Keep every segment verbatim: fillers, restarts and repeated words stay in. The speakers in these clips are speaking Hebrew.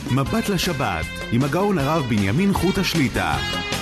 מבט לשבת עם הגאון הרב בנימין חוט השליטה.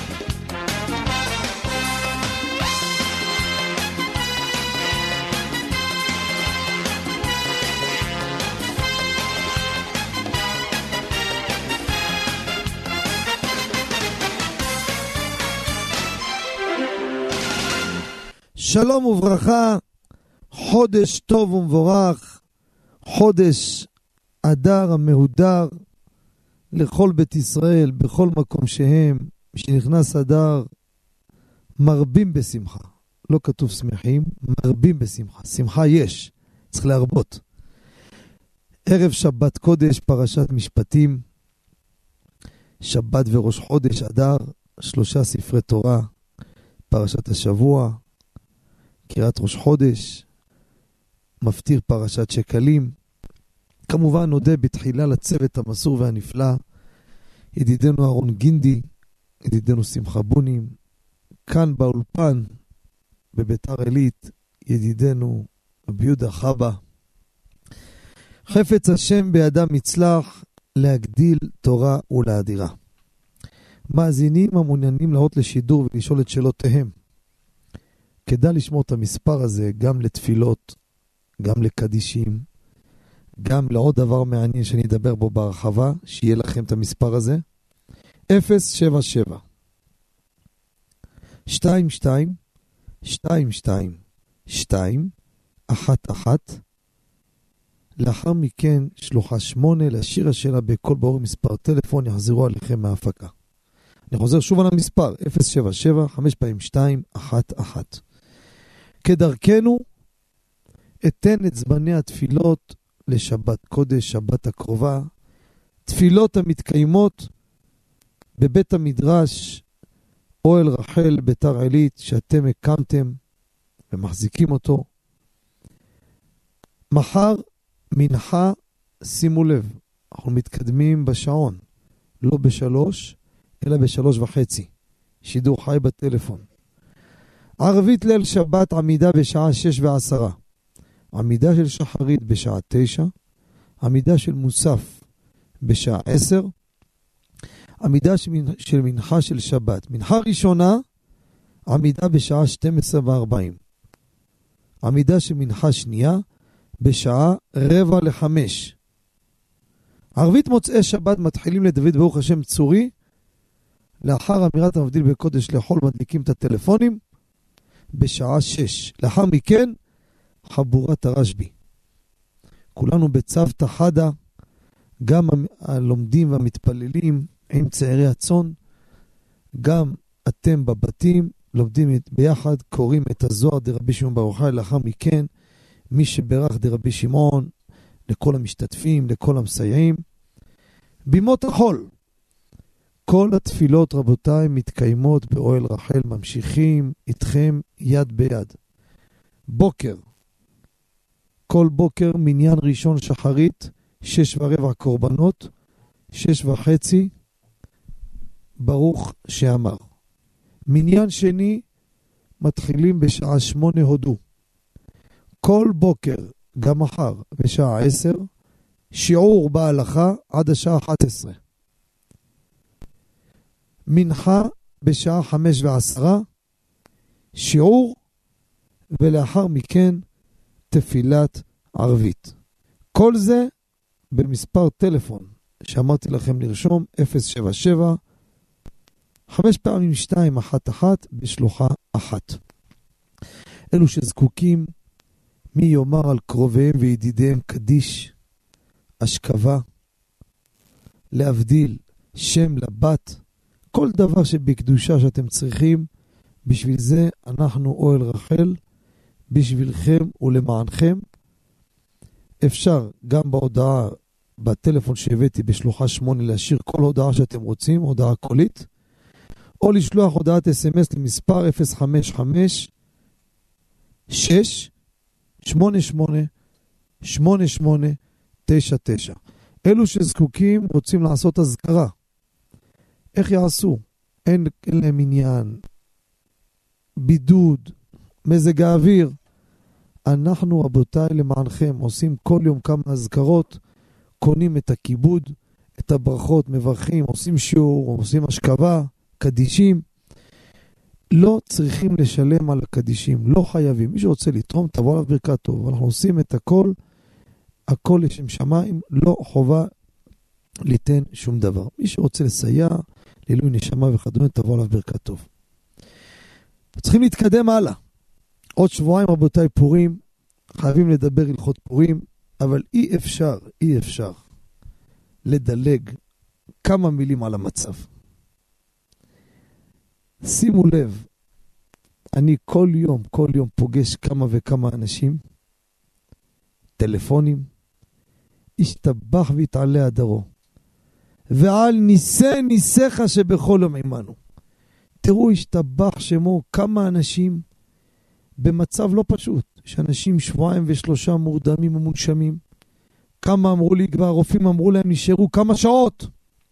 שלום וברכה, חודש טוב ומבורך, חודש אדר המהודר לכל בית ישראל, בכל מקום שהם, שנכנס אדר, מרבים בשמחה. לא כתוב שמחים, מרבים בשמחה. שמחה יש, צריך להרבות. ערב שבת קודש, פרשת משפטים, שבת וראש חודש אדר, שלושה ספרי תורה, פרשת השבוע, קריאת ראש חודש, מפטיר פרשת שקלים. כמובן נודה בתחילה לצוות המסור והנפלא, ידידנו אהרון גינדי, ידידנו שמחה בונים, כאן באולפן בביתר עילית, ידידנו רבי יהודה חבא. חפץ השם בידם מצלח להגדיל תורה ולהדירה. מאזינים המעוניינים לעלות לשידור ולשאול את שאלותיהם, כדאי לשמור את המספר הזה גם לתפילות, גם לקדישים, גם לעוד דבר מעניין שאני אדבר בו בהרחבה, שיהיה לכם את המספר הזה. אפס שבע שבע שתיים שתיים שתיים שתיים שתיים אחת אחת. לאחר מכן שלוחה שמונה להשאיר השאלה בכל ברור מספר טלפון, יחזרו עליכם מההפקה. אני חוזר שוב על המספר אפס שבע שבע חמש פעמים שתיים אחת אחת. כדרכנו אתן את זמני התפילות לשבת קודש, שבת הקרובה, תפילות המתקיימות בבית המדרש אוהל רחל ביתר עילית שאתם הקמתם ומחזיקים אותו. מחר מנחה, שימו לב, אנחנו מתקדמים בשעון, לא בשלוש אלא בשלוש וחצי, שידור חי בטלפון. ערבית ליל שבת עמידה בשעה שש ועשרה, עמידה של שחרית בשעה תשע, עמידה של מוסף בשעה עשר, עמידה של מנחה של שבת. מנחה ראשונה, עמידה בשעה שתים עשרה וארבעים. עמידה של מנחה שנייה, בשעה רבע לחמש. ערבית מוצאי שבת מתחילים לדוד ברוך השם צורי, לאחר אמירת המבדיל בקודש לאכול מדליקים את הטלפונים, בשעה שש. לאחר מכן, חבורת הרשבי. כולנו בצוותא חדא, גם הלומדים והמתפללים עם צעירי הצאן, גם אתם בבתים לומדים ביחד, קוראים את הזוהר דרבי שמעון בר יוחאי. לאחר מכן, מי שברך דרבי שמעון, לכל המשתתפים, לכל המסייעים. בימות החול, כל התפילות רבותיי מתקיימות באוהל רחל, ממשיכים איתכם יד ביד. בוקר, כל בוקר מניין ראשון שחרית, שש ורבע קורבנות, שש וחצי, ברוך שאמר. מניין שני, מתחילים בשעה שמונה הודו. כל בוקר, גם מחר, בשעה עשר, שיעור בהלכה עד השעה אחת עשרה. מנחה בשעה חמש ועשרה, שיעור, ולאחר מכן תפילת ערבית. כל זה במספר טלפון שאמרתי לכם לרשום, אפס שבע שבע חמש פעמים שתיים אחת אחת בשלוחה אחת. אלו שזקוקים, מי יאמר על קרוביהם וידידיהם קדיש, אשכבה, להבדיל, שם לבת, כל דבר שבקדושה שאתם צריכים, בשביל זה אנחנו אוהל רחל, בשבילכם ולמענכם. אפשר גם בהודעה בטלפון שהבאתי בשלוחה שמונה להשאיר כל הודעה שאתם רוצים, הודעה קולית, או לשלוח הודעת אס אם אס למספר אפס חמש חמש שש שמונה שמונה שמונה שמונה תשע תשע. אלו שזקוקים רוצים לעשות הזכרה, איך יעשו? אין, אין להם עניין, בידוד, מזג האוויר. אנחנו רבותיי למענכם עושים כל יום כמה הזכרות, קונים את הכיבוד, את הברכות, מברכים, עושים שיעור, עושים השכבה, קדישים. לא צריכים לשלם על הקדישים, לא חייבים. מי שרוצה לתרום, תבוא עליו ברכת טוב. אנחנו עושים את הכל, הכל לשם שמיים, לא חובה ליתן שום דבר. מי שרוצה לסייע, לעילוי נשמה וכדומה, תבוא עליו ברכת טוב. צריכים להתקדם הלאה. עוד שבועיים רבותיי פורים, חייבים לדבר הלכות פורים, אבל אי אפשר, אי אפשר לדלג כמה מילים על המצב. שימו לב, אני כל יום, כל יום פוגש כמה וכמה אנשים, טלפונים, השתבח והתעלה הדרו, ועל ניסה ניסך שבכל יום עמנו. תראו, השתבח שמו כמה אנשים במצב לא פשוט, שאנשים שבועיים ושלושה מורדמים ומונשמים. כמה אמרו לי כבר, הרופאים אמרו להם נשארו כמה שעות.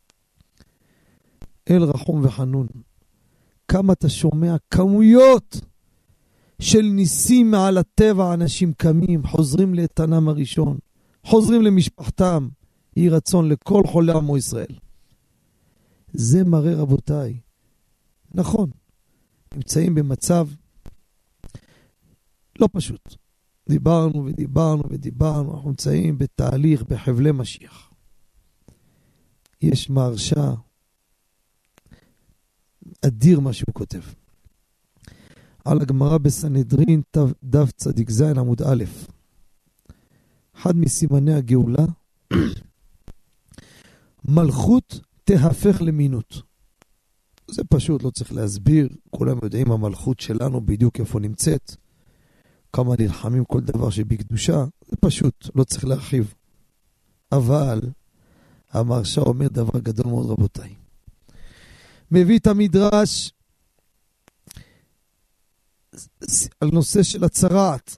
אל רחום וחנון, כמה אתה שומע כמויות של ניסים מעל הטבע, אנשים קמים, חוזרים לאיתנם הראשון, חוזרים למשפחתם, יהי רצון לכל חולי עמו ישראל. זה מראה רבותיי, נכון, נמצאים במצב לא פשוט. דיברנו ודיברנו ודיברנו, אנחנו נמצאים בתהליך, בחבלי משיח. יש מרשה אדיר מה שהוא כותב. על הגמרא בסנהדרין, דף צדיק זין עמוד א', אחד מסימני הגאולה, מלכות תהפך למינות. זה פשוט, לא צריך להסביר, כולם יודעים המלכות שלנו בדיוק איפה נמצאת, כמה נלחמים כל דבר שבקדושה, זה פשוט, לא צריך להרחיב. אבל המרשה אומר דבר גדול מאוד רבותיי. מביא את המדרש על נושא של הצרעת.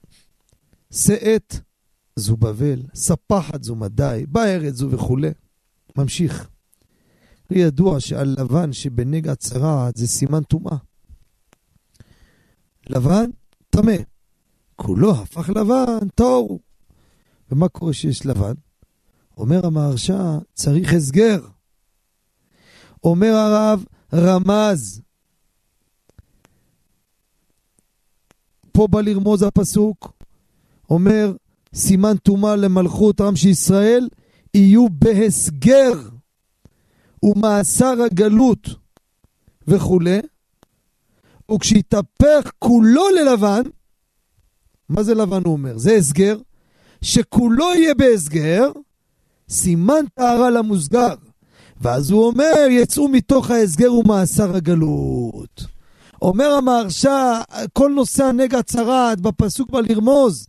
שאת זו בבל, ספחת זו מדי, בארץ זו וכו'. ממשיך. ידוע שעל לבן שבנגע הצרעת זה סימן טומאה. לבן טמא. כולו הפך לבן, טהור. ומה קורה שיש לבן? אומר המהרש"א, צריך הסגר. אומר הרב, רמז. פה בא לרמוז הפסוק, אומר, סימן טומאה למלכות עם שישראל, יהיו בהסגר ומאסר הגלות וכו'. וכשיתהפך כולו ללבן, מה זה לבן הוא אומר? זה הסגר, שכולו יהיה בהסגר, סימן טהרה למוסגר. ואז הוא אומר, יצאו מתוך ההסגר ומאסר הגלות. אומר המהרש"א, כל נושא הנגע צרעת בפסוק בא לרמוז,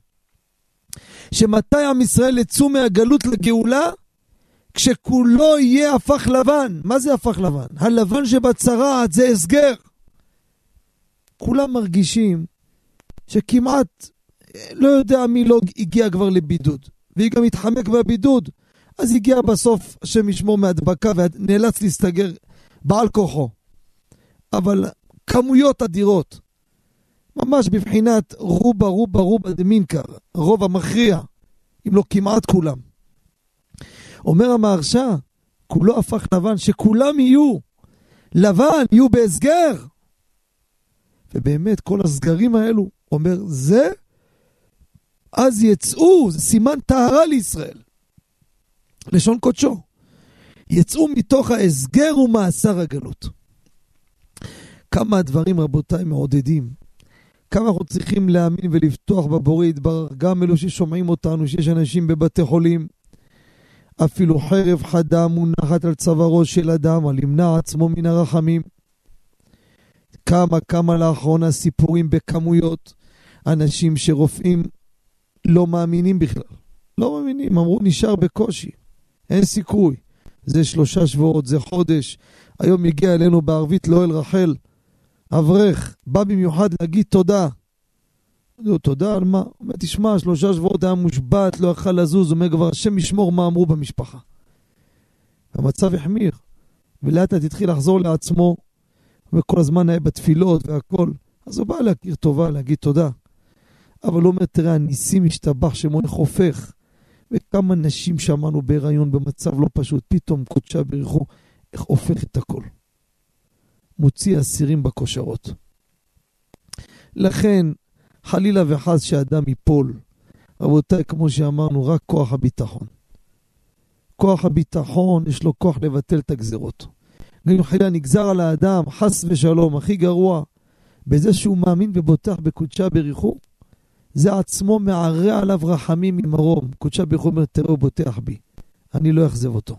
שמתי עם ישראל יצאו מהגלות לגאולה? כשכולו יהיה הפך לבן. מה זה הפך לבן? הלבן שבצרעת זה הסגר. כולם מרגישים שכמעט לא יודע מי לא הגיע כבר לבידוד, והיא גם התחמק בבידוד, אז הגיע בסוף השם ישמור מהדבקה ונאלץ להסתגר בעל כוחו. אבל כמויות אדירות, ממש בבחינת רובה רובה רובה דמינקר, רוב המכריע, אם לא כמעט כולם. אומר המהרש"א, כולו הפך לבן, שכולם יהיו לבן, יהיו בהסגר. ובאמת כל הסגרים האלו, אומר זה, אז יצאו, זה סימן טהרה לישראל. לשון קודשו. יצאו מתוך ההסגר ומאסר הגלות. כמה הדברים רבותיי מעודדים. כמה אנחנו צריכים להאמין ולפתוח בבורא יתברך, גם אלו ששומעים אותנו, שיש אנשים בבתי חולים, אפילו חרב חדה מונחת על צווארו של אדם, על ימנע עצמו מן הרחמים. כמה כמה לאחרונה סיפורים בכמויות, אנשים שרופאים לא מאמינים בכלל. לא מאמינים, אמרו נשאר בקושי. אין סיכוי. זה שלושה שבועות, זה חודש. היום הגיע אלינו בערבית לאוהל רחל. אברך, בא במיוחד להגיד תודה. לא, תודה על מה? הוא אומר, תשמע, שלושה שבועות היה מושבת, לא יכל לזוז, הוא אומר כבר, השם ישמור מה אמרו במשפחה. המצב החמיר. ולאט לאט התחיל לחזור לעצמו, וכל הזמן היה בתפילות והכל. אז הוא בא להכיר טובה, להגיד תודה. אבל הוא אומר, תראה, הניסים השתבח שמו איך הופך. וכמה נשים שמענו בהיריון במצב לא פשוט, פתאום קודשה בריחו, איך הופך את הכל. מוציא אסירים בקושרות. לכן, חלילה וחס שאדם ייפול, רבותיי, כמו שאמרנו, רק כוח הביטחון. כוח הביטחון, יש לו כוח לבטל את הגזרות. גם אם חלילה נגזר על האדם, חס ושלום, הכי גרוע, בזה שהוא מאמין ובוטח בקודשה בריחו, זה עצמו מערה עליו רחמים ממרום. קודשה בריחו אומר, תראה הוא בוטח בי, אני לא אחזב אותו.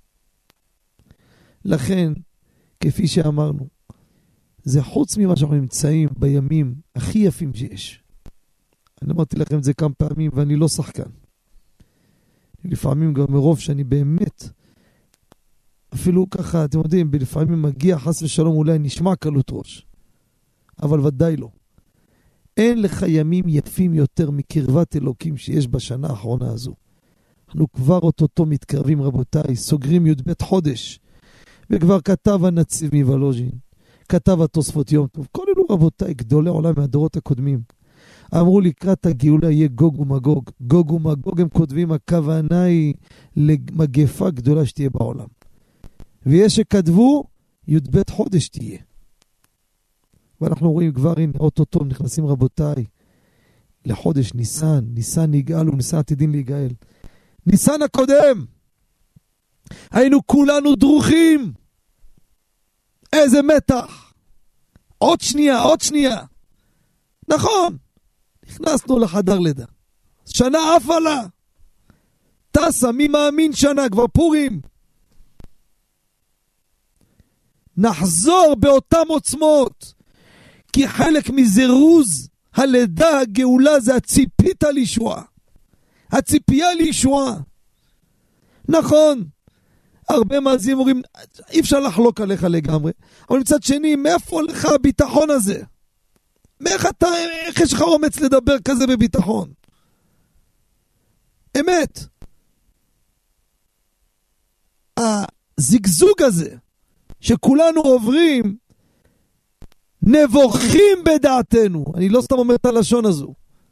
לכן, כפי שאמרנו, זה חוץ ממה שאנחנו נמצאים בימים הכי יפים שיש. אני אמרתי לכם את זה כמה פעמים, ואני לא שחקן. לפעמים גם מרוב שאני באמת, אפילו ככה, אתם יודעים, לפעמים מגיע חס ושלום, אולי נשמע קלות ראש. אבל ודאי לא. אין לך ימים יפים יותר מקרבת אלוקים שיש בשנה האחרונה הזו. אנחנו כבר אותו מתקרבים, רבותיי, סוגרים י"ב חודש. וכבר כתב הנציב מוולוז'ין, כתב התוספות יום טוב. כל אלו רבותיי, גדולי עולם מהדורות הקודמים. אמרו לקראת הגאולה יהיה גוג ומגוג. גוג ומגוג הם כותבים, הכוונה היא למגפה גדולה שתהיה בעולם. ויש שכתבו, י"ב חודש תהיה. ואנחנו רואים כבר, הנה, אוטוטו נכנסים רבותיי, לחודש ניסן, ניסן נגאל וניסן עתידין להיגאל. ניסן הקודם, היינו כולנו דרוכים. איזה מתח. עוד שנייה, עוד שנייה. נכון, נכנסנו לחדר לידה. שנה אף עלה. טסה, מי מאמין שנה, כבר פורים. נחזור באותם עוצמות. כי חלק מזירוז הלידה, הגאולה, זה הציפית על ישועה. הציפייה לישועה. נכון, הרבה מאזינים אומרים, אי אפשר לחלוק עליך לגמרי. אבל מצד שני, מאיפה לך הביטחון הזה? מאיך אתה, איך יש לך אומץ לדבר כזה בביטחון? אמת. הזגזוג הזה, שכולנו עוברים, נבוכים בדעתנו. אני לא סתם אומר את הלשון הזו.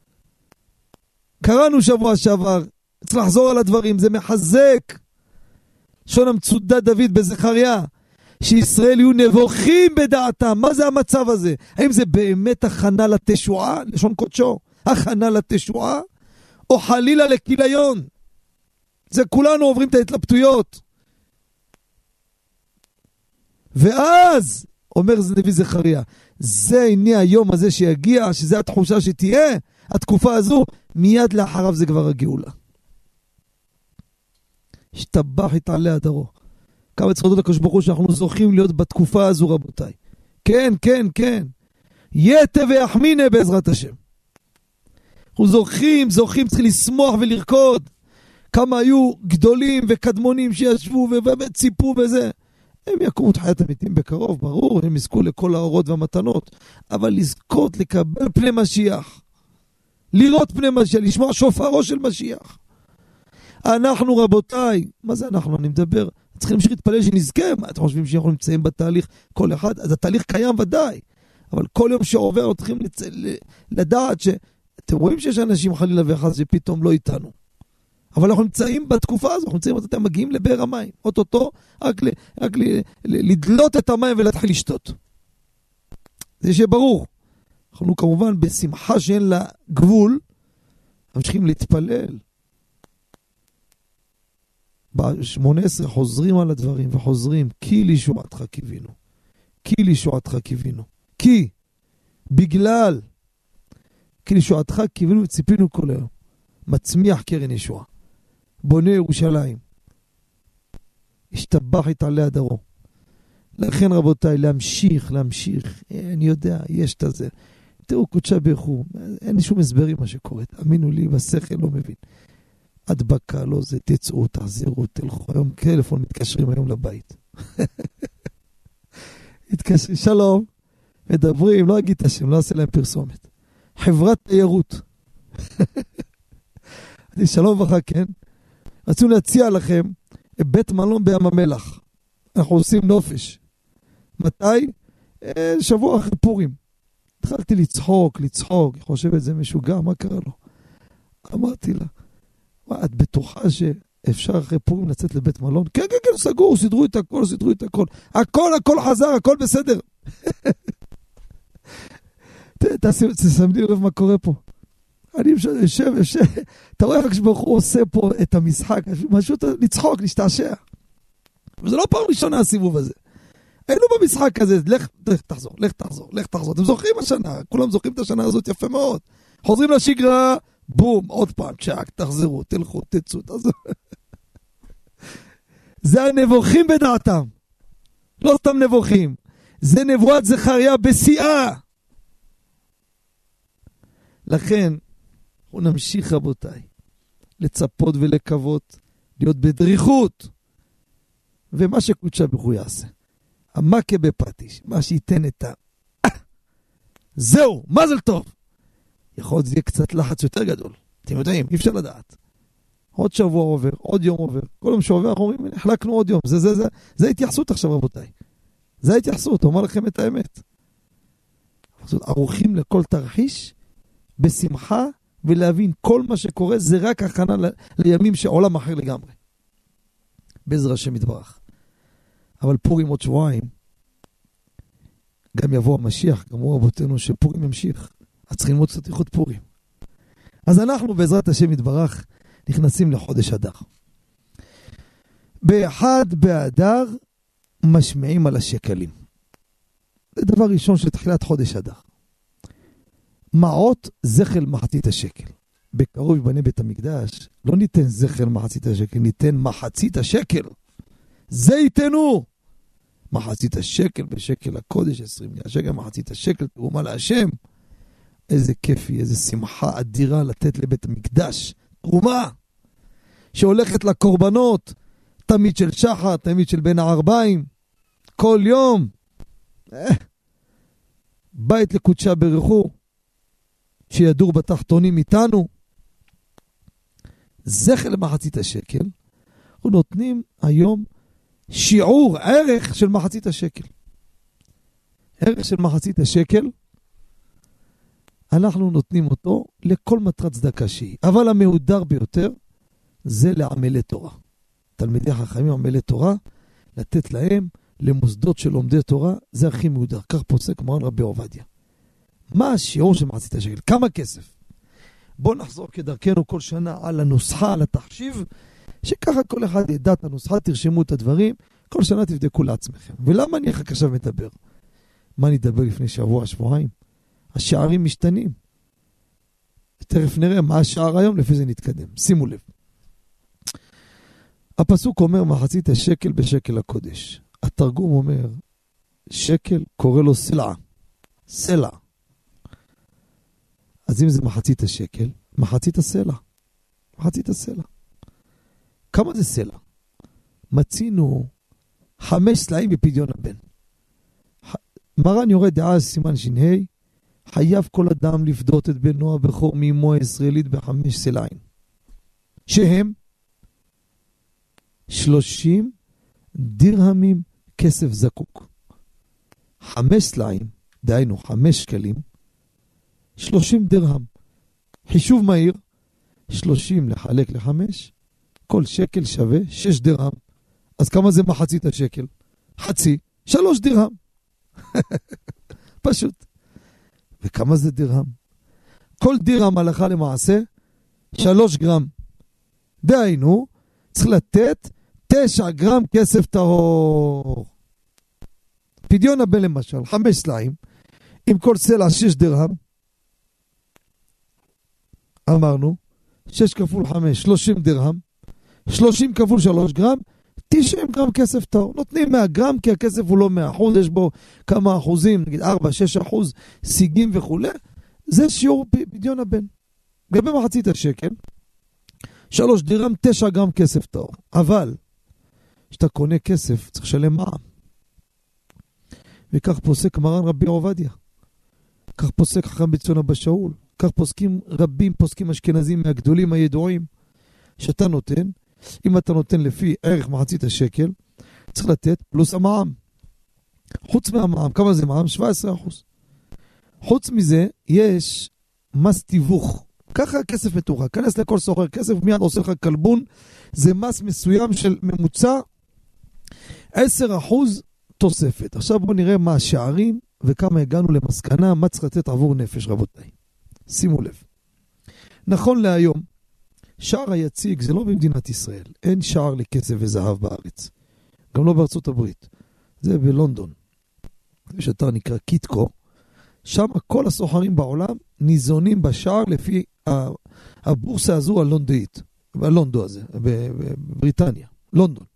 קראנו שבוע שעבר, צריך לחזור על הדברים, זה מחזק. שון המצודת דוד בזכריה, שישראל יהיו נבוכים בדעתם. מה זה המצב הזה? האם זה באמת הכנה לתשועה, לשון קודשו, הכנה לתשועה, או חלילה לכיליון? זה כולנו עוברים את ההתלבטויות. ואז, אומר נביא זכריה, זה הנה היום הזה שיגיע, שזה התחושה שתהיה, התקופה הזו, מיד לאחריו זה כבר הגאולה. השתבח יתעלה הדרו. כמה צחדות הקדוש ברוך הוא שאנחנו זוכים להיות בתקופה הזו, רבותיי. כן, כן, כן. יתה ויחמינה בעזרת השם. אנחנו זוכים, זוכים, צריכים לשמוח ולרקוד. כמה היו גדולים וקדמונים שישבו וציפו בזה. הם יקומו את חיית המתים בקרוב, ברור, הם יזכו לכל האורות והמתנות. אבל לזכות לקבל פני משיח. לראות פני משיח, לשמוע שופרו של משיח. אנחנו רבותיי, מה זה אנחנו? אני מדבר, צריכים להמשיך להתפלל שנזכה. מה אתם חושבים שאנחנו נמצאים בתהליך כל אחד? אז התהליך קיים ודאי, אבל כל יום שעובר צריכים לצ... לדעת ש... אתם רואים שיש אנשים חלילה וחס שפתאום לא איתנו, אבל אנחנו נמצאים בתקופה הזו, אנחנו נמצאים, אתם מגיעים לבאר המים, אוטוטו, רק, ל... רק ל... ל... לדלות את המים ולהתחיל לשתות. זה שברור. אנחנו כמובן בשמחה שאין לה גבול, ממשיכים להתפלל. ב-שמונה עשרה חוזרים על הדברים וחוזרים, כי לישועתך קיווינו. כי לישועתך קיווינו. כי, בגלל, כי לישועתך קיווינו וציפינו כל היום. מצמיח קרן ישועה. בונה ירושלים. השתבח יתעלה הדרו. לכן רבותיי, להמשיך, להמשיך. אני יודע, יש את זה. תראו, קודשה בריחו. אין שום הסברים מה שקורה. אמינו לי, בשכל לא מבין. הדבקה, לא זה, תצאו, תחזירו, תלכו. היום טלפון מתקשרים היום לבית. התקשרים, שלום, מדברים, לא אגיד את השם, לא אעשה להם פרסומת. חברת תיירות. שלום וברכה, כן? רצינו להציע לכם בית מלון בים המלח. אנחנו עושים נופש. מתי? שבוע אחרי פורים. התחלתי לצחוק, לצחוק. היא חושבת זה משוגע, מה קרה לו? אמרתי לה, את בטוחה שאפשר אחרי פורים לצאת לבית מלון? כן, כן, כן, סגור, סדרו את הכל, סדרו את הכל. הכל, הכל חזר, הכל בסדר. תשמדי לב מה קורה פה. אני יושב, יושב, אתה רואה איך ברוך הוא עושה פה את המשחק, משהו לצחוק, להשתעשע. וזה לא פעם ראשונה הסיבוב הזה. היינו במשחק הזה, לך, לך תחזור, לך תחזור, לך תחזור. אתם זוכרים השנה, כולם זוכרים את השנה הזאת יפה מאוד. חוזרים לשגרה, בום, עוד פעם, צ'אק, תחזרו, תלכו, תצאו, תחזרו. זה הנבוכים בדעתם. לא סתם נבוכים. זה נבואת זכריה בשיאה. לכן, הוא נמשיך רבותיי, לצפות ולקוות, להיות בדריכות. ומה שקודשה ברוך הוא יעשה. המכה בפטיש, מה שייתן את ה... זהו, מזל טוב. יכול להיות זה יהיה קצת לחץ יותר גדול. אתם יודעים, אי אפשר לדעת. עוד שבוע עובר, עוד יום עובר. כל יום שעובר, אנחנו אומרים, החלקנו עוד יום. זה, זה, זה, זה התייחסות עכשיו רבותיי. זה ההתייחסות, אומר לכם את האמת. ערוכים לכל תרחיש, בשמחה, ולהבין כל מה שקורה, זה רק הכנה ל... לימים שעולם אחר לגמרי. בעזר השם יתברך. אבל פורים עוד שבועיים, גם יבוא המשיח, גם הוא רבותינו שפורים ימשיך. אז צריכים ללמוד קצת איכות פורים. אז אנחנו בעזרת השם יתברך, נכנסים לחודש אדר. באחד באדר, משמיעים על השקלים. זה דבר ראשון של תחילת חודש אדר. מעות זכל מחצית השקל. בקרוב יבנה בית המקדש, לא ניתן זכל מחצית השקל, ניתן מחצית השקל. זה ייתנו. מחצית השקל בשקל הקודש, עשרים מיליון שקל, מחצית השקל, תרומה להשם. איזה כיפי, איזה שמחה אדירה לתת לבית המקדש. תרומה שהולכת לקורבנות, תמיד של שחר, תמיד של בין הערביים, כל יום. אה, בית לקודשה ברכו, שידור בתחתונים איתנו. זכר למחצית השקל, אנחנו נותנים היום שיעור, ערך של מחצית השקל. ערך של מחצית השקל, אנחנו נותנים אותו לכל מטרת צדקה שהיא. אבל המהודר ביותר, זה לעמלי תורה. תלמידי חכמים עמלי תורה, לתת להם למוסדות של לומדי תורה, זה הכי מהודר. כך פוסק מרן רבי עובדיה. מה השיעור של מחצית השקל? כמה כסף? בואו נחזור כדרכנו כל שנה על הנוסחה, על התחשיב, שככה כל אחד ידע את הנוסחה, תרשמו את הדברים, כל שנה תבדקו לעצמכם. ולמה אני אחר עכשיו מדבר? מה אני אדבר לפני שבוע, שבועיים? השערים משתנים. תכף נראה מה השער היום, לפי זה נתקדם. שימו לב. הפסוק אומר מחצית השקל בשקל הקודש. התרגום אומר, שקל קורא לו סלע. סלע. אז אם זה מחצית השקל, מחצית הסלע. מחצית הסלע. כמה זה סלע? מצינו חמש סלעים בפדיון הבן. מרן יורד דעה סימן שינהי, חייב כל אדם לפדות את בנו הבכור מאמו הישראלית בחמש סלעים. שהם שלושים דירהמים כסף זקוק. חמש סלעים, דהיינו חמש שקלים, שלושים דירהם. חישוב מהיר, שלושים לחלק לחמש, כל שקל שווה שש דירהם. אז כמה זה מחצית השקל? חצי, שלוש דירהם. פשוט. וכמה זה דירהם? כל דירהם הלכה למעשה, שלוש גרם. דהיינו, צריך לתת תשע גרם כסף טהור. פדיון הבן למשל, חמש סלעים, עם כל סלע שש דירהם, אמרנו, שש כפול חמש, שלושים דירהם, שלושים כפול שלוש גרם, תשעים גרם כסף טהור. נותנים מאה גרם, כי הכסף הוא לא מאה אחוז, יש בו כמה אחוזים, נגיד ארבע שש אחוז, סיגים וכו'. זה שיעור פדיון הבן. גבי מחצית השקל, שלוש דירם, תשע גרם כסף טהור. אבל, כשאתה קונה כסף, צריך לשלם מע"מ. וכך פוסק מרן רבי עובדיה. כך פוסק חכם בן ציון אבא שאול. כך פוסקים רבים, פוסקים אשכנזים מהגדולים הידועים, שאתה נותן, אם אתה נותן לפי ערך מחצית השקל, צריך לתת פלוס המע"מ. חוץ מהמע"מ, כמה זה מע"מ? שבע עשרה אחוז. חוץ מזה, יש מס תיווך ככה הכסף מתוחק. כנס לכל סוחר כסף, מיד עושה לך קלבון, זה מס מסוים של ממוצע עשרה אחוז תוספת. עכשיו בואו נראה מה השערים וכמה הגענו למסקנה, מה צריך לתת עבור נפש, רבותיי. שימו לב. נכון להיום, שער היציג זה לא במדינת ישראל. אין שער לכסף וזהב בארץ. גם לא בארצות הברית. זה בלונדון. יש אתר נקרא קיטקו. שם כל הסוחרים בעולם ניזונים בשער לפי הבורסה הזו הלונדאית. בלונדו הזה, בבריטניה. לונדון.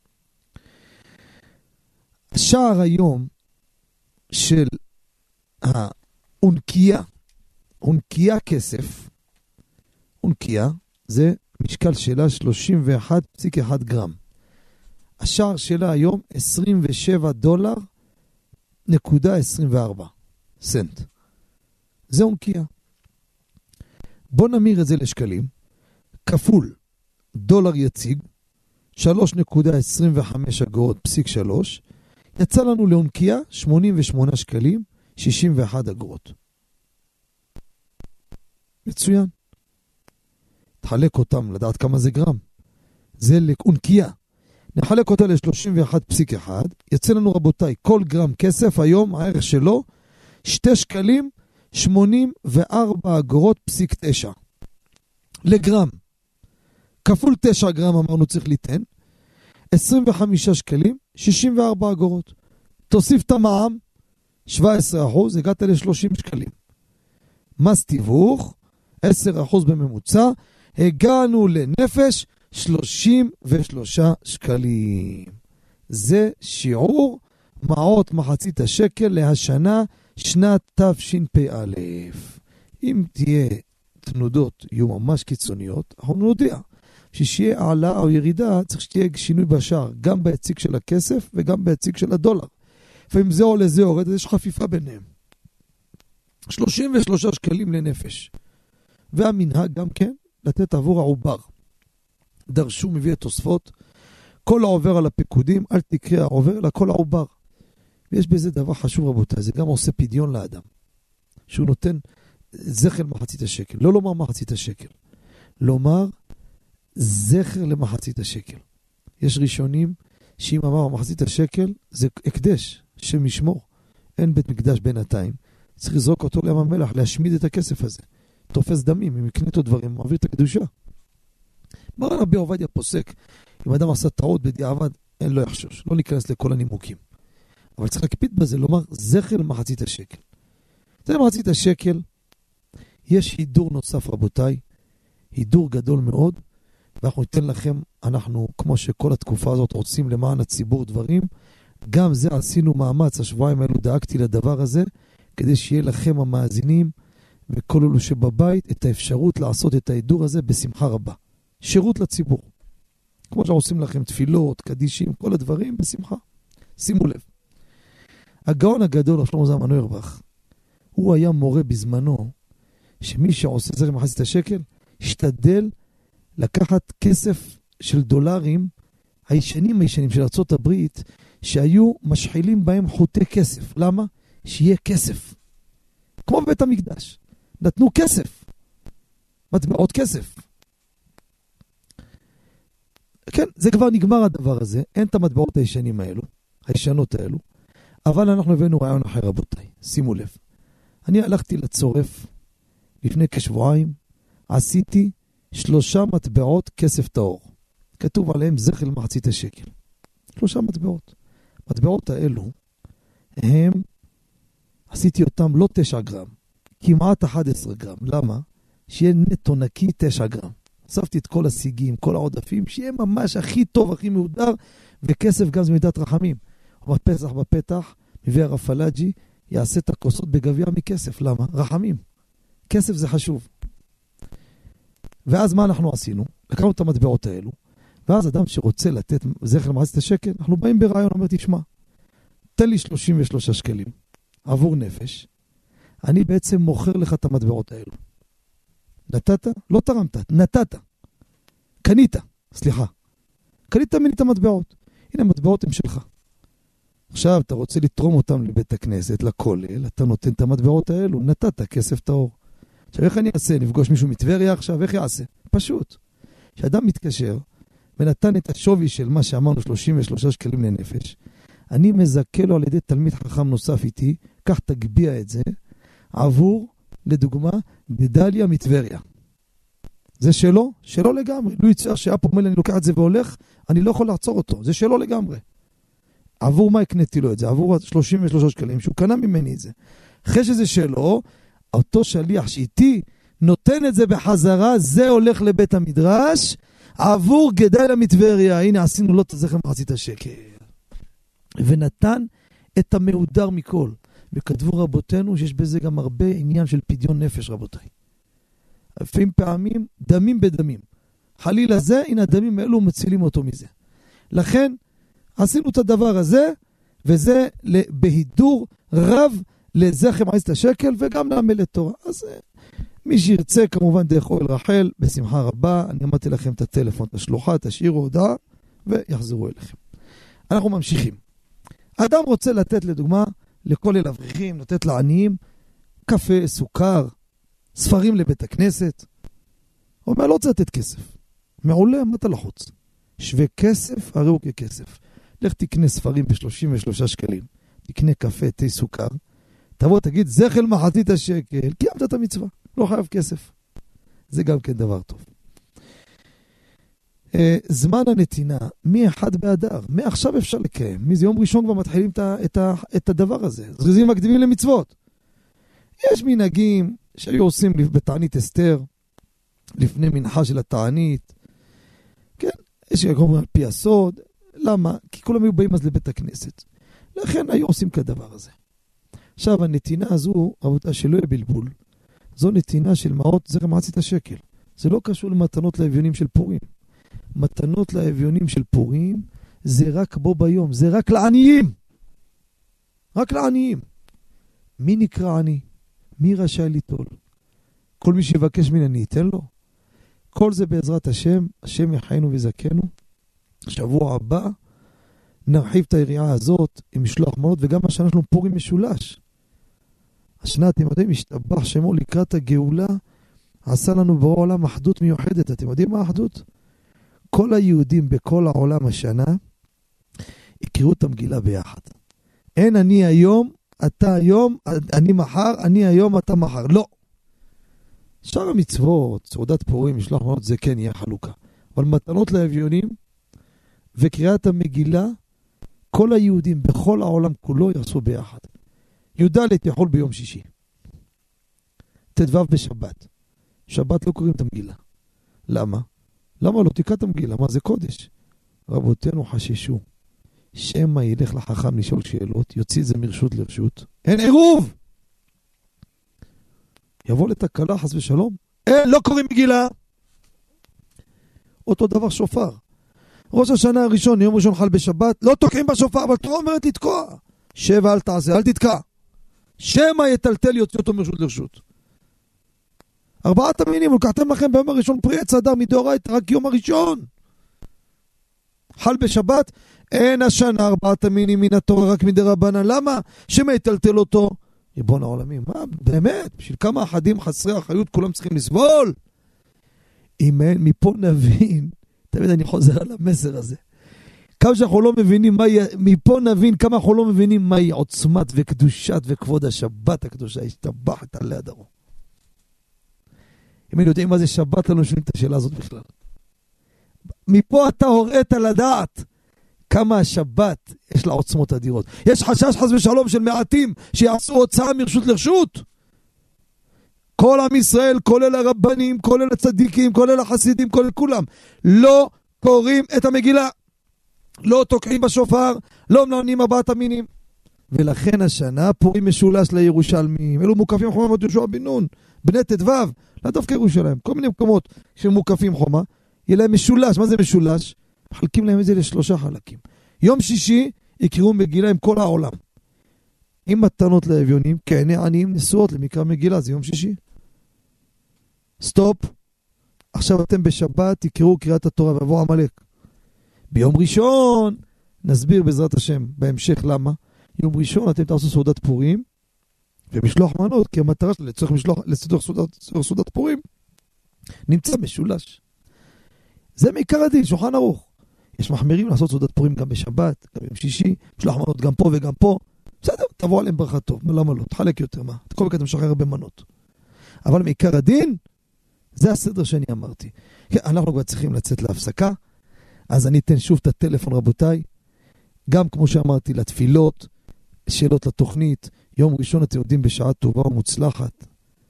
השער היום של האונקיה, אונקיה כסף, אונקיה זה משקל שלה שלושים ואחת נקודה אחת גרם. השער שלה היום עשרים ושבע דולר נקודה עשרים וארבע סנט. זה אונקיה. בוא נמיר את זה לשקלים. כפול דולר יציג, שלוש נקודה עשרים וחמש אגורות פסיק שלוש, יצא לנו לאונקיה שמונים ושמונה שקלים, שישים ואחת אגורות. מצוין. תחלק אותם לדעת כמה זה גרם. זה לאונקיה. נחלק אותה ל-שלושים ואחת פסיק אחד, יצא לנו רבותיי, כל גרם כסף היום, הערך שלו, שתי שקלים, שמונים וארבע אגורות פסיק תשע. לגרם. כפול תשע גרם אמרנו צריך ליתן, עשרים וחמישה שקלים, שישים וארבע אגורות. תוסיף את המע"מ, שבע עשרה אחוז, הגעת ל-שלושים שקלים. מס תיווך, עשרה אחוז בממוצע, הגענו לנפש, שלושים ושלושה שקלים. זה שיעור מעות מחצית השקל להשנה שנת תשפ"א. אם תהיה תנודות יהיו ממש קיצוניות, אנחנו נודיע. שיהיה העלאה או ירידה, צריך שתהיה שינוי בשער, גם ביציג של הכסף וגם ביציג של הדולר. לפעמים זה עולה זה יורד, אז יש חפיפה ביניהם. שלושים ושלושה שקלים לנפש. והמנהג גם כן, לתת עבור העובר. דרשו מביא את תוספות, כל העובר על הפיקודים, אל תקרא העובר, אלא כל העובר. ויש בזה דבר חשוב רבותיי, זה גם עושה פדיון לאדם. שהוא נותן זכר מחצית השקל. לא לומר מחצית השקל. לומר זכר למחצית השקל. יש ראשונים שאם אמר מחצית השקל, זה הקדש שמשמור. אין בית מקדש בינתיים. צריך לזרוק אותו לים המלח, להשמיד את הכסף הזה. תופס דמים, אם יקנה אותו דברים, מעביר את הקדושה. מרן רבי עובדיה פוסק, אם אדם עשה טעות בדיעבד, אין לו יחשוש. לא ניכנס לכל הנימוקים. אבל צריך להקפיד בזה, לומר זכר למחצית השקל. זה למחצית השקל, יש הידור נוסף רבותיי, הידור גדול מאוד, ואנחנו ניתן לכם, אנחנו כמו שכל התקופה הזאת רוצים למען הציבור דברים, גם זה עשינו מאמץ, השבועיים האלו דאגתי לדבר הזה, כדי שיהיה לכם המאזינים, וכל אלו שבבית, את האפשרות לעשות את ההידור הזה בשמחה רבה. שירות לציבור. כמו שעושים לכם תפילות, קדישים, כל הדברים בשמחה. שימו לב. הגאון הגדול, שלמה זלמן אוירבך, הוא היה מורה בזמנו, שמי שעושה זכר מחצית השקל, השתדל לקחת כסף של דולרים, הישנים הישנים של ארצות הברית, שהיו משחילים בהם חוטי כסף. למה? שיהיה כסף. כמו בבית המקדש. נתנו כסף. מטבעות כסף. כן, זה כבר נגמר הדבר הזה. אין את המטבעות הישנים האלו, הישנות האלו. אבל אנחנו הבאנו רעיון אחר רבותיי. שימו לב. אני הלכתי לצורף לפני כשבועיים, עשיתי שלושה מטבעות כסף טהור. כתוב עליהם זכר למחצית השקל. שלושה מטבעות. מטבעות האלו, הם, עשיתי אותם לא תשע גרם, כמעט אחד עשר גרם. למה? שיהיה נטו נקי תשע גרם. אספתי את כל השיגים, כל העודפים, שיהיה ממש הכי טוב, הכי מהודר, וכסף גם זה מידת רחמים. ובפסח בפתח, מביא הרב פלאג'י, יעשה את הכוסות בגביע מכסף. למה? רחמים. כסף זה חשוב. ואז מה אנחנו עשינו? לקחנו את המטבעות האלו, ואז אדם שרוצה לתת זכר למחצית השקל, אנחנו באים ברעיון, אומר, תשמע, תן לי שלושים ושלושה שקלים עבור נפש, אני בעצם מוכר לך את המטבעות האלו. נתת? לא תרמת, נתת. קנית, סליחה. קנית ממני את המטבעות. הנה, המטבעות הם שלך. עכשיו אתה רוצה לתרום אותם לבית הכנסת, לכולל, אתה נותן את המטבעות האלו, נתת כסף טהור. עכשיו, איך אני אעשה? נפגוש מישהו מטבריה עכשיו? איך יעשה? פשוט. כשאדם מתקשר ונתן את השווי של מה שאמרנו, שלושים ושלושה שקלים לנפש, אני מזכה לו על ידי תלמיד חכם נוסף איתי, כך תגביע את זה, עבור, לדוגמה, גדליה מטבריה. זה שלו? שלו לגמרי. לא יצא שאפו אומר לי, אני לוקח את זה והולך, אני לא יכול לעצור אותו. זה שלו לגמרי. עבור מה הקניתי לו את זה? עבור שלושים ושלושה שקלים, שהוא קנה ממני את זה. אחרי שזה שלו, אותו שליח שאיתי נותן את זה בחזרה, זה הולך לבית המדרש, עבור גדליה מטבריה. הנה, עשינו לו את הזכר מחצית השקל. ונתן את המהודר מכל. וכתבו רבותינו שיש בזה גם הרבה עניין של פדיון נפש, רבותיי. לפעמים פעמים דמים בדמים. חלילה זה, הנה הדמים האלו מצילים אותו מזה. לכן, עשינו את הדבר הזה, וזה בהידור רב לזכר מחצית השקל, וגם לעמל תורה. אז מי שירצה, כמובן דרך אוהל רחל, בשמחה רבה, אני אמרתי לכם את הטלפון, את השלוחה, תשאירו הודעה, ויחזרו אליכם. אנחנו ממשיכים. האדם רוצה לתת לדוגמה, לכל אל אברכים, לתת לעניים, קפה, סוכר, ספרים לבית הכנסת. הוא אומר, לא רוצה לתת כסף. מעולה, מה אתה לחוץ? שווה כסף, הרי הוא ככסף. לך תקנה ספרים ב-שלושים ושלושה שקלים, תקנה קפה, תה, סוכר, תבוא, תגיד, זכר מחצית השקל, קיימת את המצווה, לא חייב כסף. זה גם כן דבר טוב. זמן הנתינה, מ-אחד באדר, מעכשיו אפשר לקיים, מזה יום ראשון כבר מתחילים את, את, את הדבר הזה, זריזים מקדימים למצוות. יש מנהגים שהיו עושים בתענית אסתר, לפני מנחה של התענית, כן, יש גם על פי הסוד, למה? כי כולם היו באים אז לבית הכנסת, לכן היו עושים כדבר הזה. עכשיו הנתינה הזו, רבותיי, שלא יהיה בלבול, זו נתינה של מעות זכר מחצית השקל, זה לא קשור למתנות לאביונים של פורים. מתנות לאביונים של פורים זה רק בו ביום, זה רק לעניים. רק לעניים. מי נקרא עני? מי רשאי ליטול? כל מי שיבקש מן אני אתן לו. כל זה בעזרת השם, השם יחיינו וזכנו. שבוע הבא נרחיב את היריעה הזאת עם משלוח מנות, וגם השנה שלנו פורים משולש. השנה, אתם יודעים, השתבח שמו לקראת הגאולה, עשה לנו ברור עולם אחדות מיוחדת. אתם יודעים מה אחדות? כל היהודים בכל העולם השנה יקראו את המגילה ביחד. אין אני היום, אתה היום, אני מחר, אני היום, אתה מחר. לא. שאר המצוות, סעודת פורים, משלוח מנות, זה כן יהיה חלוקה. אבל מתנות לאביונים וקריאת המגילה, כל היהודים בכל העולם כולו יעשו ביחד. י"ד יחול ביום שישי. תדבב בשבת. שבת לא קוראים את המגילה. למה? למה לא תקרא את המגילה? מה זה קודש? רבותינו חששו. שמא ילך לחכם לשאול שאלות, יוציא את זה מרשות לרשות. אין עירוב! יבוא לתקלה חס ושלום. אין, לא קוראים מגילה. אותו דבר שופר. ראש השנה הראשון, יום ראשון חל בשבת, לא תוקעים בשופר, אבל תורה אומרת לתקוע. שבע אל תעשה, אל תתקע. שמא יטלטל יוציא אותו מרשות לרשות. ארבעת המינים, ולקחתם לכם ביום הראשון פרי עץ הדר מדאורייתא, רק יום הראשון. חל בשבת, אין השנה ארבעת המינים מן התורה, רק מדרבנן. למה? שמא יטלטל אותו. ריבון העולמים, מה? באמת? בשביל כמה אחדים חסרי אחריות כולם צריכים לסבול? אם אין, מפה נבין, תמיד אני חוזר על המסר הזה. כמה שאנחנו לא מבינים, מה, מפה נבין כמה אנחנו לא מבינים מהי עוצמת וקדושת וכבוד השבת הקדושה, השתבחת עליה הדרו. אם אני יודעים מה זה שבת, לנו שואלים את השאלה הזאת בכלל. מפה אתה הוראת לדעת כמה השבת יש לה עוצמות אדירות. יש חשש חס ושלום של מעטים שיעשו הוצאה מרשות לרשות. כל עם ישראל, כולל הרבנים, כולל הצדיקים, כולל החסידים, כולל כולם, לא קוראים את המגילה. לא תוקעים בשופר, לא מנענים ארבעת המינים. ולכן השנה פורים משולש לירושלמים. אלו מוקפים חומה בת יהושע בן נון, בני תדבב, לא דווקא ירושלים. כל מיני מקומות שמוקפים חומה, יהיה להם משולש. מה זה משולש? מחלקים להם את זה לשלושה חלקים. יום שישי יקראו מגילה עם כל העולם. עם מתנות לאביונים, כעיני עניים נשואות למקרא מגילה, זה יום שישי. סטופ. עכשיו אתם בשבת תקראו קריאת התורה ועבור עמלק. ביום ראשון נסביר בעזרת השם בהמשך למה. יום ראשון אתם תעשו סעודת פורים, ומשלוח מנות, כי המטרה שלה לצורך משלוח, לצורך סעודת, סעודת פורים, נמצא משולש. זה מעיקר הדין, שולחן ערוך. יש מחמירים לעשות סעודת פורים גם בשבת, גם ביום שישי, משלוח מנות גם פה וגם פה. בסדר, תבוא עליהם ברכה טוב, למה לא? תחלק יותר, מה? כל כך אתה משחרר הרבה מנות. אבל מעיקר הדין, זה הסדר שאני אמרתי. אנחנו כבר צריכים לצאת להפסקה, אז אני אתן שוב את הטלפון, רבותיי, גם כמו שאמרתי, לתפילות, שאלות לתוכנית, יום ראשון אתם יודעים בשעה טובה ומוצלחת.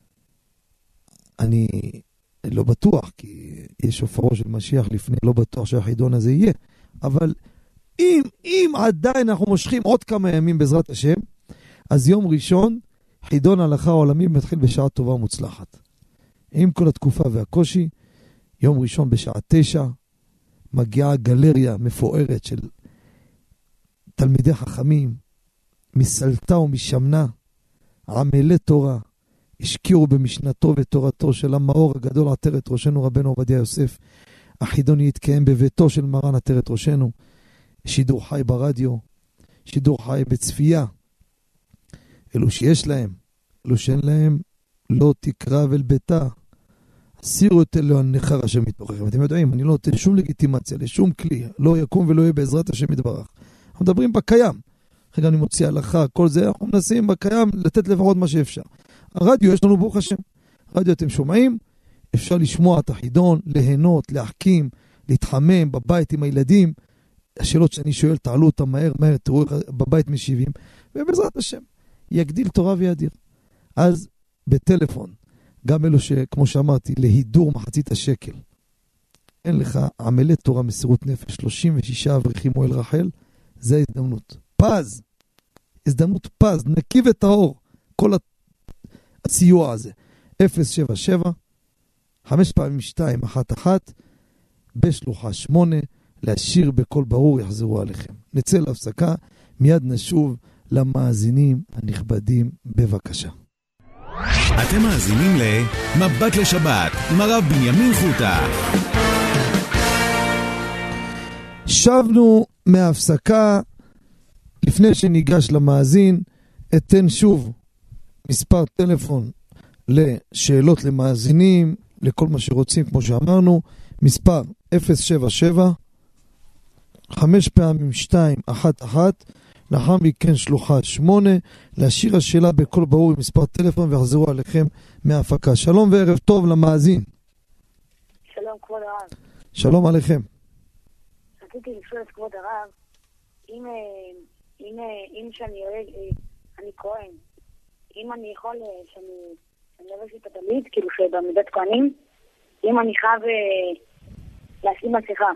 אני לא בטוח, כי יש שופרו של משיח לפני, לא בטוח שהחידון הזה יהיה, אבל אם, אם עדיין אנחנו מושכים עוד כמה ימים בעזרת השם, אז יום ראשון, חידון הלכה העולמי מתחיל בשעה טובה ומוצלחת. עם כל התקופה והקושי, יום ראשון בשעה תשע, מגיעה גלריה מפוארת של תלמידי חכמים, מסלטה ומשמנה, עמלי תורה, השקיעו במשנתו ותורתו של המאור הגדול עטרת ראשנו רבנו עובדיה יוסף. החידון יתקיים בביתו של מרן עטרת ראשנו, שידור חי ברדיו, שידור חי בצפייה. אלו שיש להם, אלו שאין להם, לא תקרב אל ביתה. הסירו את אלו הנחר השם מתוככם. אתם יודעים, אני לא נותן שום לגיטימציה לשום כלי, לא יקום ולא יהיה בעזרת השם יתברך. אנחנו מדברים בקיים. אחרי גם אני מוציא הלכה, כל זה, אנחנו מנסים בקיים לתת לפחות מה שאפשר. הרדיו יש לנו ברוך השם. רדיו אתם שומעים, אפשר לשמוע את החידון, ליהנות, להחכים, להתחמם בבית עם הילדים. השאלות שאני שואל, תעלו אותם מהר, מהר, תראו בבית משיבים, ובעזרת השם, יגדיל תורה וידיר. אז בטלפון, גם אלו שכמו שאמרתי, להידור מחצית השקל. אין לך עמלי תורה מסירות נפש, שלושים ושישה אברכים אוהל רחל, זה ההזדמנות. פז, הזדמנות פז, נקיב את האור, כל הסיוע הזה. אפס שבע שבע, חמש פעמים שתיים, אחת אחת, בשלוחה שמונה, להשאיר בכל ברור יחזרו עליכם. נצא להפסקה, מיד נשוב למאזינים הנכבדים, בבקשה. אתם מאזינים למבט לשבת עם הרב בנימין חוטה. שבנו מההפסקה. לפני שניגש למאזין, אתן שוב מספר טלפון לשאלות למאזינים, לכל מה שרוצים, כמו שאמרנו, מספר אפס שבע שבע, חמש פעמים שתיים, אחת אחת, לאחר מכן שלוחה שמונה, להשאיר השאלה בכל ברור עם מספר טלפון ויחזרו עליכם מההפקה. שלום וערב טוב למאזין. שלום כבוד הרב. שלום עליכם. רציתי לשאול את כבוד הרב, אם, אם, אם שאני אוהב, אני כהן, אם אני יכול, שאני, שאני לובש את הדלית, כאילו שבמידת כהנים, אם אני חייב לשים מסכה.